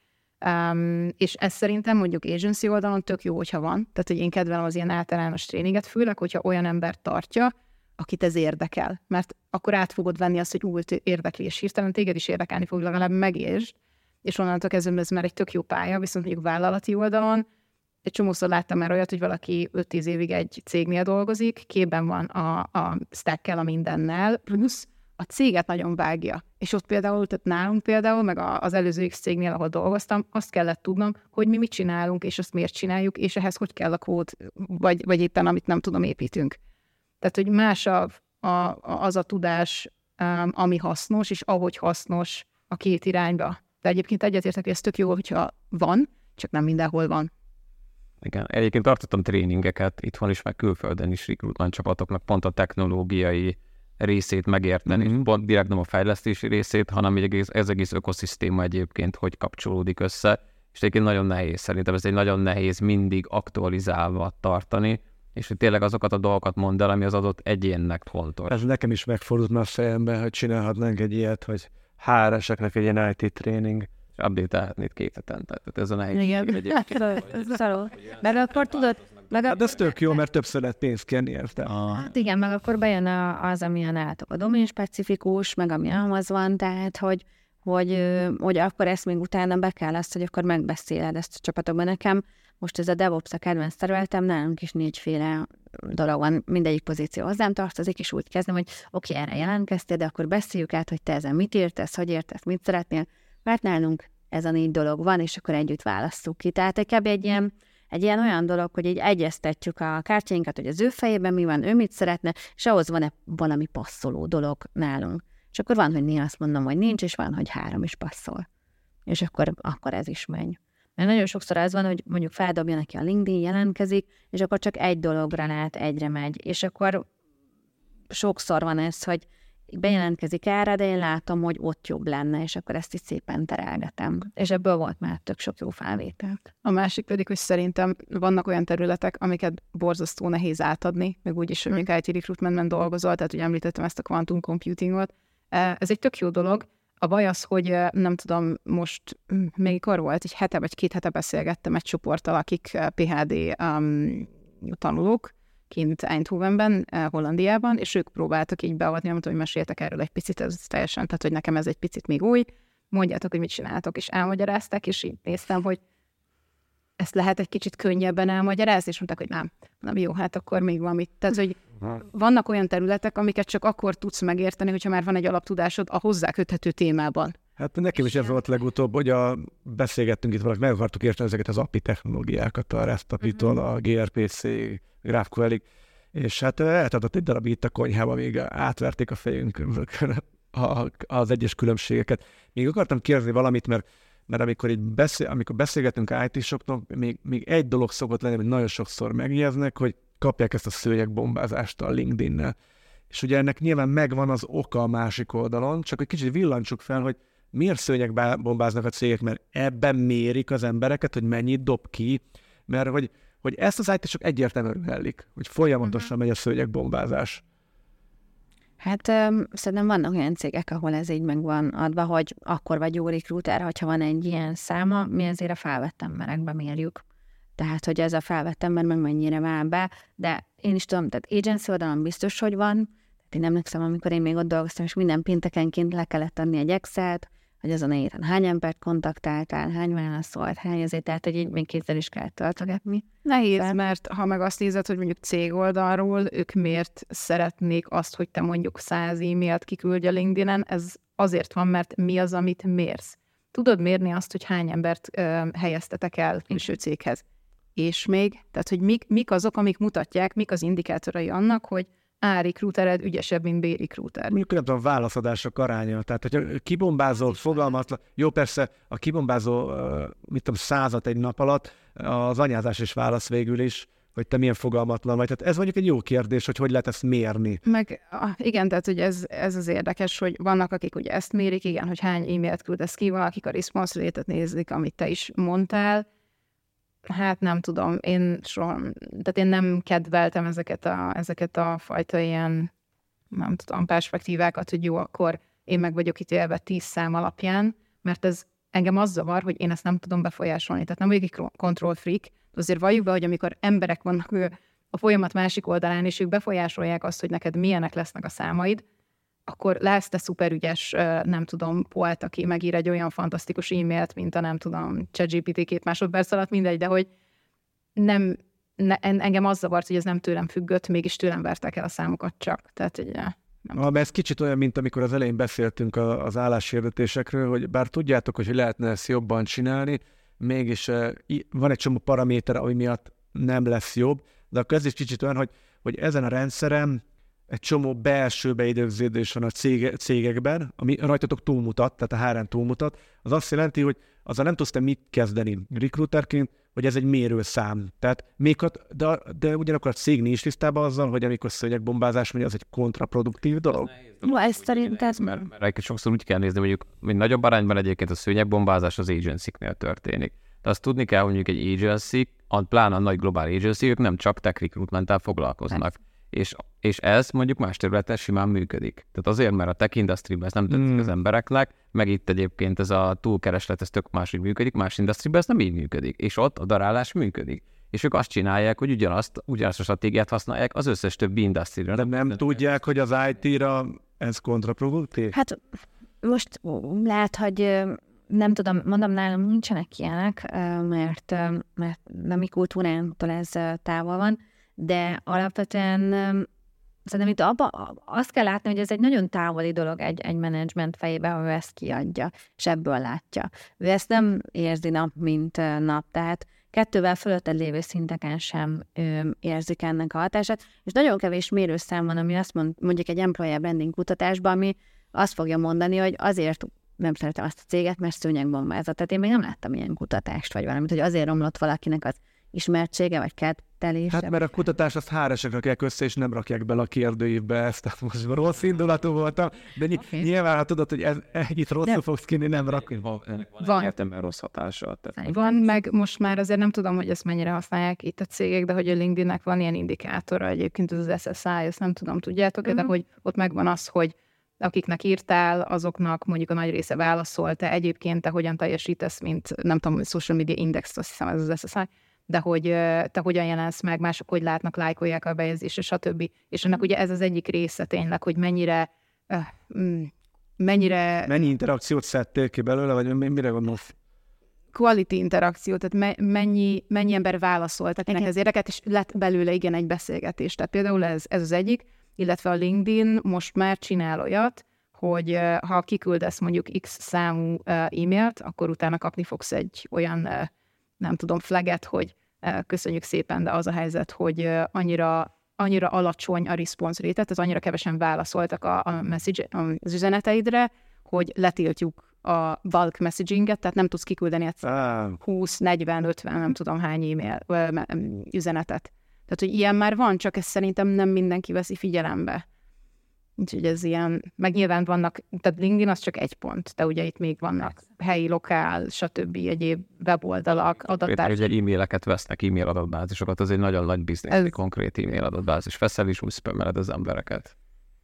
És ez szerintem mondjuk agency oldalon tök jó, hogyha van. Tehát, hogy én kedvelem az ilyen általános tréninget, főleg, hogyha olyan ember tartja, akit ez érdekel. Mert akkor át fogod venni azt, hogy érdekli, és hirtelen téged is érdekelni fog, legalább megértsd, és onnantól kezdve ez már egy tök jó pálya, viszont mondjuk vállalati oldalon egy csomószor láttam már olyat, hogy valaki 5-10 évig egy cégnél dolgozik, képben van a stackkel, a mindennel, plusz a céget nagyon vágja. És ott például, tehát nálunk például, meg az előző X cégnél, ahol dolgoztam, azt kellett tudnom, hogy mi mit csinálunk, és azt miért csináljuk, és ehhez hogy kell a kód, vagy éppen amit nem tudom, építünk. Tehát, hogy más az a tudás, ami hasznos, és ahogy hasznos a két irányba. De egyébként egyetértek, hogy ez tök jó, hogyha van, csak nem mindenhol van. Igen, egyébként tartottam tréningeket itthon is, meg külföldön is recruitment csapatoknak pont a technológiai részét megérteni, és pont direkt nem a fejlesztési részét, hanem ez egész ökoszisztéma egyébként hogy kapcsolódik össze, és egyébként nagyon nehéz, szerintem ez egy nagyon nehéz mindig aktualizálva tartani, és hogy tényleg azokat a dolgokat mondd el, ami az adott egyénnek fontos. Ez nekem is megfordult már a fejembe, hogy csinálhatnánk egy ilyet, hogy HR-eseknek egy ilyen IT tréning. És update-elhetnéd 2 hetente. Tehát ez a nehéz. Igen, szarul. Mert akkor tudod... Hát ez tök jó, mert többször lehet pénzt kérni érte. Hát igen, meg akkor bejön az, ami a nálatok a domain specifikus, meg ami ahhoz van, tehát hogy akkor ezt még utána be kell azt, hogy akkor megbeszéled ezt a csapatokban. Nekem most ez a DevOps a kedvenc területem, nálunk is 4 dolog van, mindegyik pozíció hozzám tartozik, és úgy kezdem, hogy oké, erre jelentkeztél, de akkor beszéljük át, hogy te ezen mit értesz, hogy értesz, mit szeretnél, mert nálunk ez a 4 dolog van, és akkor együtt válasszuk ki. Tehát kb. egy ilyen olyan dolog, hogy így egyeztetjük a kártyáinkat, hogy az ő fejében mi van, ő mit szeretne, és ahhoz van-e valami passzoló dolog nálunk. És akkor van, hogy néha azt mondom, hogy nincs, és van, hogy 3 is passzol. És akkor ez is megy. Mert nagyon sokszor az van, hogy mondjuk feldobja neki a LinkedIn, jelentkezik, és akkor csak egy dologra lát, egyre megy. És akkor sokszor van ez, hogy bejelentkezik erre, de én látom, hogy ott jobb lenne, és akkor ezt így szépen terelgetem. És ebből volt már tök sok jó felvétel. A másik pedig, hogy szerintem vannak olyan területek, amiket borzasztó nehéz átadni, meg úgyis, hogy mondjuk IT recruitmentben dolgozol, tehát ugye említettem ezt a quantum computingot. Ez egy tök jó dolog. A baj az, hogy nem tudom, most mikor volt, egy hete vagy 2 hete beszélgettem egy csoporttal, akik PhD tanulók, kint Eindhovenben, Hollandiában, és ők próbáltak így beadni, nem tudom, hogy meséltek erről egy picit, ez teljesen, tehát hogy nekem ez egy picit még új, mondjátok, hogy mit csináltok, és elmagyarázták, és így néztem, hogy ezt lehet egy kicsit könnyebben elmagyarázni, és mondták, hogy nem jó, hát akkor még van mit. Tehát, hogy vannak olyan területek, amiket csak akkor tudsz megérteni, hogyha már van egy alaptudásod a hozzáköthető témában. Hát nekem is ez volt legutóbb, hogy beszélgettünk itt valaki, meg akartuk érteni ezeket az API technológiákat, a REST API-tól, a gRPC, GraphQL-ig, és hát eltartott egy darabig itt a konyhába, még átverték a fejünk az egyes különbségeket. Még akartam kérdezni valamit, mert amikor beszélgetünk IT-soknak, még egy dolog szokott lenni, hogy nagyon sokszor megjegyeznek, hogy kapják ezt a szőnyegbombázást a LinkedIn-nel. És ugye ennek nyilván megvan az oka a másik oldalon, csak egy kicsit villancsuk fel, hogy miért szőnyegbombáznak a cégek, mert ebben mérik az embereket, hogy mennyit dob ki, mert hogy ezt az IT-sok egyértelműen hellik, hogy folyamatosan megy a szőnyegbombázás. Hát szerintem vannak olyan cégek, ahol ez így meg van adva, hogy akkor vagy jó recruiter, hogyha van egy ilyen száma, mi azért a felvett emberekbe mérjük. Tehát, hogy ez a felvett ember meg mennyire vál be, de én is tudom, tehát agency oldalon biztos, hogy van. Tehát én emlékszem, amikor én még ott dolgoztam, és minden péntekenként le kellett adni egy Excel-t, hogy azon a héten hány embert kontaktáltál, hány válaszolt, hány azért, tehát, hogy így még kézzel is kellett töltögetni. Nehéz, mert ha meg azt nézed, hogy mondjuk cég oldalról, ők miért szeretnék azt, hogy te mondjuk 100 e-mailt kiküldj a LinkedIn-en, ez azért van, mert mi az, amit mérsz. Tudod mérni azt, hogy hány embert helyeztetek el külső céghez. És még, tehát, hogy mik azok, amik mutatják, mik az indikátorai annak, hogy A recruitered ügyesebb, mint B recruiter. Mondjuk nem tudom, válaszadások aránya. Tehát, hogyha kibombázol fogalmatlan, jó persze, a kibombázó, 100-at egy nap alatt, az anyázás is válasz végül is, hogy te milyen fogalmatlan vagy. Tehát ez mondjuk egy jó kérdés, hogy lehet ezt mérni. Meg igen, tehát hogy ez az érdekes, hogy vannak, akik ugye ezt mérik, igen, hogy hány e-mailt küldesz ki, van, akik a response rate-et nézik, amit te is mondtál. Hát nem tudom, én nem kedveltem ezeket a fajta ilyen, nem tudom, perspektívákat, hogy jó, akkor én meg vagyok ítélve 10 szám alapján, mert ez engem az zavar, hogy én ezt nem tudom befolyásolni. Tehát nem vagyok egy control freak, de azért valljuk be, hogy amikor emberek vannak a folyamat másik oldalán, és ők befolyásolják azt, hogy neked milyenek lesznek a számaid, akkor lesz te szuperügyes, nem tudom, polt, aki megír egy olyan fantasztikus e-mailt, mint a nem tudom, ChatGPT 2 másodperc alatt, mindegy, de hogy engem az zavart, hogy ez nem tőlem függött, mégis tőlem vertek el a számokat csak. Tehát ugye... Ez kicsit olyan, mint amikor az elején beszéltünk az álláshirdetésekről, hogy bár tudjátok, hogy lehetne ezt jobban csinálni, mégis van egy csomó paraméter, ami miatt nem lesz jobb, de akkor ez is kicsit olyan, hogy ezen a rendszeren egy csomó belső beidegződés van a cégekben, ami rajtatok túlmutat, tehát a HRN túlmutat, az azt jelenti, hogy azzal nem tudsz te mit kezdeni recruiterként, hogy ez egy mérőszám. Tehát de ugyanakkor a cég nincs tisztában azzal, hogy amikor szőnyegbombázás megy, az egy kontraproduktív dolog. Ez szerintem... Mert sokszor úgy kell nézni, mondjuk, hogy nagyobb arányban egyébként a szőnyegbombázás az agency-knél történik. De azt tudni kell, hogy mondjuk egy agency, pláne a nagy globál agency, ők nem csak tech recruitmenttel foglalkoznak. És ez mondjuk más területen simán működik. Tehát azért, mert a tech industry-ben ez nem tetszik az embereknek, meg itt egyébként ez a túlkereslet, ez tök máshogy működik, más industry-ben ez nem így működik. És ott a darálás működik. És ők azt csinálják, hogy ugyanazt a stratégiát használják az összes többi industry-ra. De nem tudják, hogy az IT-ra ez kontraproduktív? Hát most lehet, hogy nem tudom, mondom, nálam nincsenek ilyenek, mert nem mi kultúránktól ez távol van, de alapvetően szerintem itt azt kell látni, hogy ez egy nagyon távoli dolog egy menedzsment fejében, hogy ezt kiadja, és ebből látja. Ő ezt nem érzi nap, mint nap, tehát 2-vel fölötted lévő szinteken sem érzik ennek a hatását, és nagyon kevés mérőszám van, ami azt mondjuk egy employer branding kutatásban, ami azt fogja mondani, hogy azért nem szeretem azt a céget, mert szőnyegbombázott. Tehát én még nem láttam ilyen kutatást, vagy valamit, hogy azért romlott valakinek az ismertsége, vagy kettelése. Hát mert a kutatás azt HR-esek rakják össze, és nem rakják bele a kérdőívbe ezt. Tehát most rossz indulatú voltam, de nyilván, ha tudod, hogy itt rosszul fogsz kínni, nem rakni. Van értelemben rossz hatása. Van, meg most már azért nem tudom, hogy ezt mennyire használják itt a cégek, de hogy a LinkedInnek van ilyen indikátora, egyébként az SSI, ezt nem tudom, tudjátok, de hogy ott megvan az, hogy akiknek írtál, azoknak mondjuk a nagy része válaszolta, egyébként te hogyan teljesítesz, mint nem tudom, social media index, azt hiszem ez az SSI, de hogy te hogyan jelensz meg, mások hogy látnak, lájkolják a bejegyzésre, stb. És ennek ugye ez az egyik része tényleg, hogy mennyi interakciót szedtél ki belőle, vagy mire gondolsz? Quality interakció, tehát mennyi ember válaszolt, tehát ez érdekelt, és lett belőle igen egy beszélgetés. Tehát például ez az egyik, illetve a LinkedIn most már csinál olyat, hogy ha kiküldesz mondjuk X számú e-mailt, akkor utána kapni fogsz egy olyan, nem tudom, flaget, hogy köszönjük szépen, de az a helyzet, hogy annyira alacsony a response rate, tehát annyira kevesen válaszoltak az üzeneteidre, hogy letiltjuk a bulk messaginget, tehát nem tudsz kiküldeni egyszer 20, 40, 50, nem tudom hány e-mail üzenetet. Tehát, hogy ilyen már van, csak ezt szerintem nem mindenki veszi figyelembe. Úgyhogy ez ilyen, meg nyilván vannak, tehát LinkedIn az csak egy pont, de ugye itt még vannak helyi, lokál, stb. Egyéb weboldalak, adatbázis. Ugye e-maileket vesznek, e-mail adatbázisokat, az egy nagyon nagy biznisz, konkrét e-mail adatbázis. Veszel is úgy spammeled az embereket.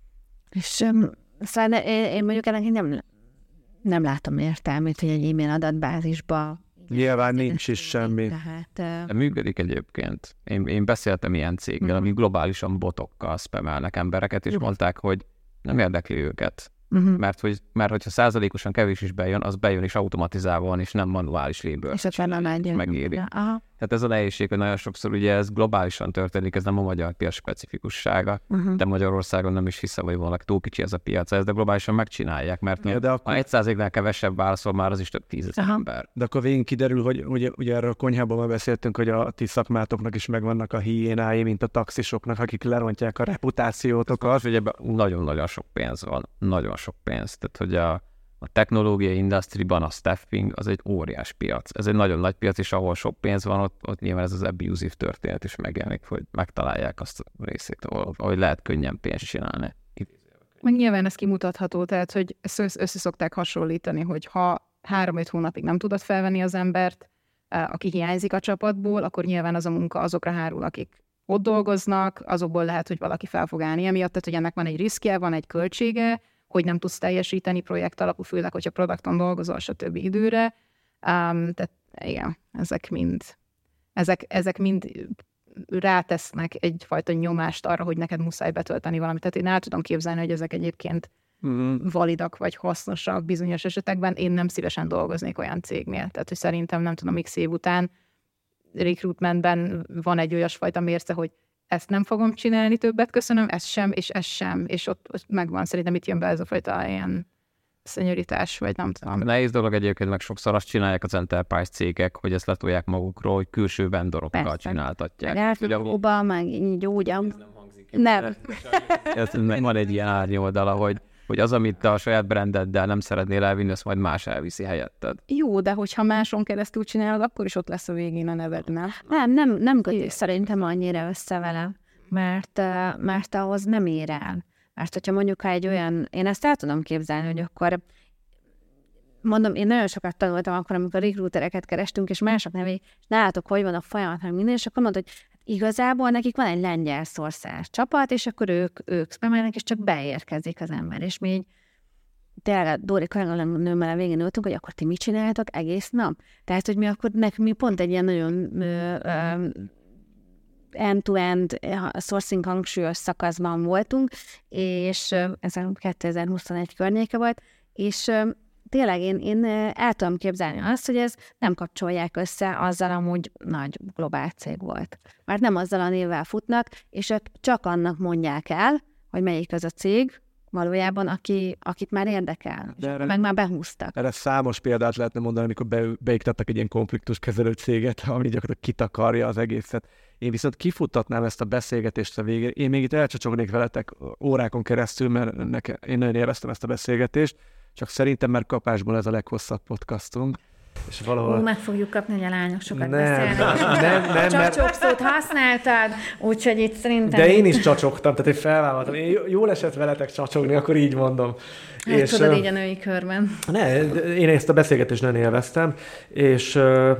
És szóval én mondjuk ennek nem látom értelmét, hogy egy e-mail adatbázisba nyilván nincs is semmi. De működik egyébként. Én beszéltem ilyen céggel, ami globálisan botokkal spamelnek embereket, és mondták, hogy nem érdekli őket. Mert hogyha százalékosan kevés is bejön, az bejön és automatizálva van, és nem manuális labor. És ott megéri. Tehát ez a nehézség, hogy nagyon sokszor ugye ez globálisan történik, ez nem a magyar piac specifikussága, de Magyarországon nem is hiszem, hogy valaki túl kicsi ez a piac, de globálisan megcsinálják, mert ha 1%-nál kevesebb válaszol, már az is több 10 000 ember. De akkor végén kiderül, hogy ugye erről a konyhában már beszéltünk, hogy a ti szakmátoknak is megvannak a hiénái, mint a taxisoknak, akik lerontják a reputációtokat. Ugye nagyon-nagyon sok pénz van, nagyon sok pénz. Tehát, hogy a technológiai industriban a staffing az egy óriás piac. Ez egy nagyon nagy piac, és ahol sok pénz van, ott nyilván ez az abusive történet is megjelenik, hogy megtalálják azt a részét, ahogy lehet könnyen pénzt csinálni. Meg nyilván ez kimutatható, tehát, hogy össze szokták hasonlítani, hogy ha 3-5 hónapig nem tudod felvenni az embert, aki hiányzik a csapatból, akkor nyilván az a munka azokra hárul, akik ott dolgoznak, azokból lehet, hogy valaki fel fog állni emiatt, tehát, hogy ennek van egy riskje, van egy költsége, hogy nem tudsz teljesíteni projekt alapú, főleg, hogyha produkton dolgozol, stb. Időre. Tehát igen, ezek mind rátesznek egyfajta nyomást arra, hogy neked muszáj betölteni valamit. Tehát én el tudom képzelni, hogy ezek egyébként validak vagy hasznosak bizonyos esetekben. Én nem szívesen dolgoznék olyan cégnél. Tehát, hogy szerintem nem tudom, x év után recruitmentben van egy olyasfajta mérce, hogy ezt nem fogom csinálni többet, köszönöm, ez sem, és ott megvan, szerintem itt jön be ez a fajta ilyen szenyoritás, vagy nem tudom. Nehéz dolog egyébként, meg sokszor azt csinálják az enterprise cégek, hogy ezt letolják magukról, hogy külső vendorokkal csináltatják. Meg ártóba, meg így úgy. Nem. Van egy ilyen árnyoldala, hogy az, amit te a saját brandeddel nem szeretnél elvinni, azt majd más elviszi helyetted. Jó, de hogyha máson keresztül csinálod, akkor is ott lesz a végén a nevednál. Nem kötjük szerintem annyira össze vele, mert ahhoz nem ér el. Mert hogyha mondjuk, ha egy olyan, én ezt el tudom képzelni, hogy akkor, mondom, én nagyon sokat tanultam akkor, amikor recruitereket kerestünk, és mások nevé, és nálatok, hogy van a folyamat, meg minden, és akkor mondod, hogy igazából nekik van egy lengyel szorszárs csapat, és akkor ők spamelnek, és csak beérkezik az ember. És mi így tényleg Dóri kolléganőmmel a végén ültünk, hogy akkor ti mit csináltok egész nap? Tehát, hogy mi akkor mi pont egy ilyen nagyon end-to-end sourcing hangsúlyos szakaszban voltunk, és ez a 2021 környéke volt, és tényleg én el tudom képzelni azt, hogy ez nem kapcsolják össze azzal, amúgy nagy globál cég volt. Mert nem azzal a névvel futnak, és ők csak annak mondják el, hogy melyik az a cég valójában, akit már érdekel, meg már behúztak. Erre számos példát lehetne mondani, amikor beiktattak egy ilyen konfliktuskezelő céget, ami gyakorlatilag kitakarja az egészet. Én viszont kifuttatnám ezt a beszélgetést a végére. Én még itt elcsacsognék veletek órákon keresztül, mert én nagyon élveztem ezt a beszélgetést, csak szerintem már kapásból ez a leghosszabb podcastunk. És valahol... meg fogjuk kapni, hogy a lányok sokat beszélnek. Nem, csacsok szót használtad, úgyhogy itt szerintem... De én is csacsogtam, tehát én felvállaltam. Jól esett veletek csacsogni, akkor így mondom. Hát és, tudod, így a női körben. Én ezt a beszélgetést nagyon élveztem, és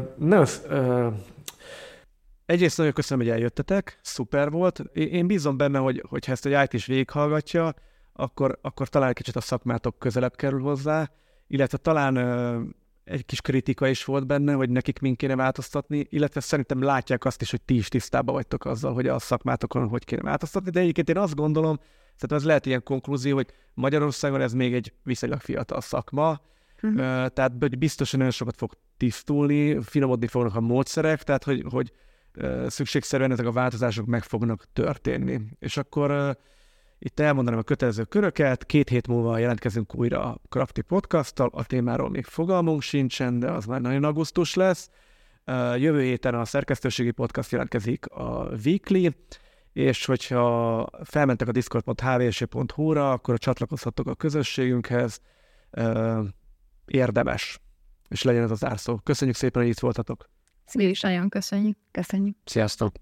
egyrészt nagyon köszönöm, hogy eljöttetek, szuper volt. Én bízom benne, hogy ha ezt egy IT is végighallgatja, akkor talán kicsit a szakmátok közelebb kerül hozzá, illetve talán egy kis kritika is volt benne, hogy nekik mind kéne változtatni, illetve szerintem látják azt is, hogy ti is tisztában vagytok azzal, hogy a szakmátokon hogy kéne változtatni, de egyébként én azt gondolom, szerintem ez lehet ilyen konklúzió, hogy Magyarországon ez még egy viszonylag fiatal szakma, tehát biztosan nagyon sokat fog tisztulni, finomodni fognak a módszerek, tehát hogy szükségszerűen ezek a változások meg fognak történni. És akkor itt elmondanám a kötelező köröket, 2 hét múlva jelentkezünk újra a Crafty Podcasttal, a témáról még fogalmunk sincsen, de az már nagyon augusztus lesz. Jövő héten a szerkesztőségi podcast jelentkezik a Weekly, és hogyha felmentek a discord.hvs.hu-ra, akkor csatlakozhattok a közösségünkhez. Érdemes. És legyen ez az zárszó. Köszönjük szépen, hogy itt voltatok. Mi is nagyon köszönjük. Köszönjük. Sziasztok!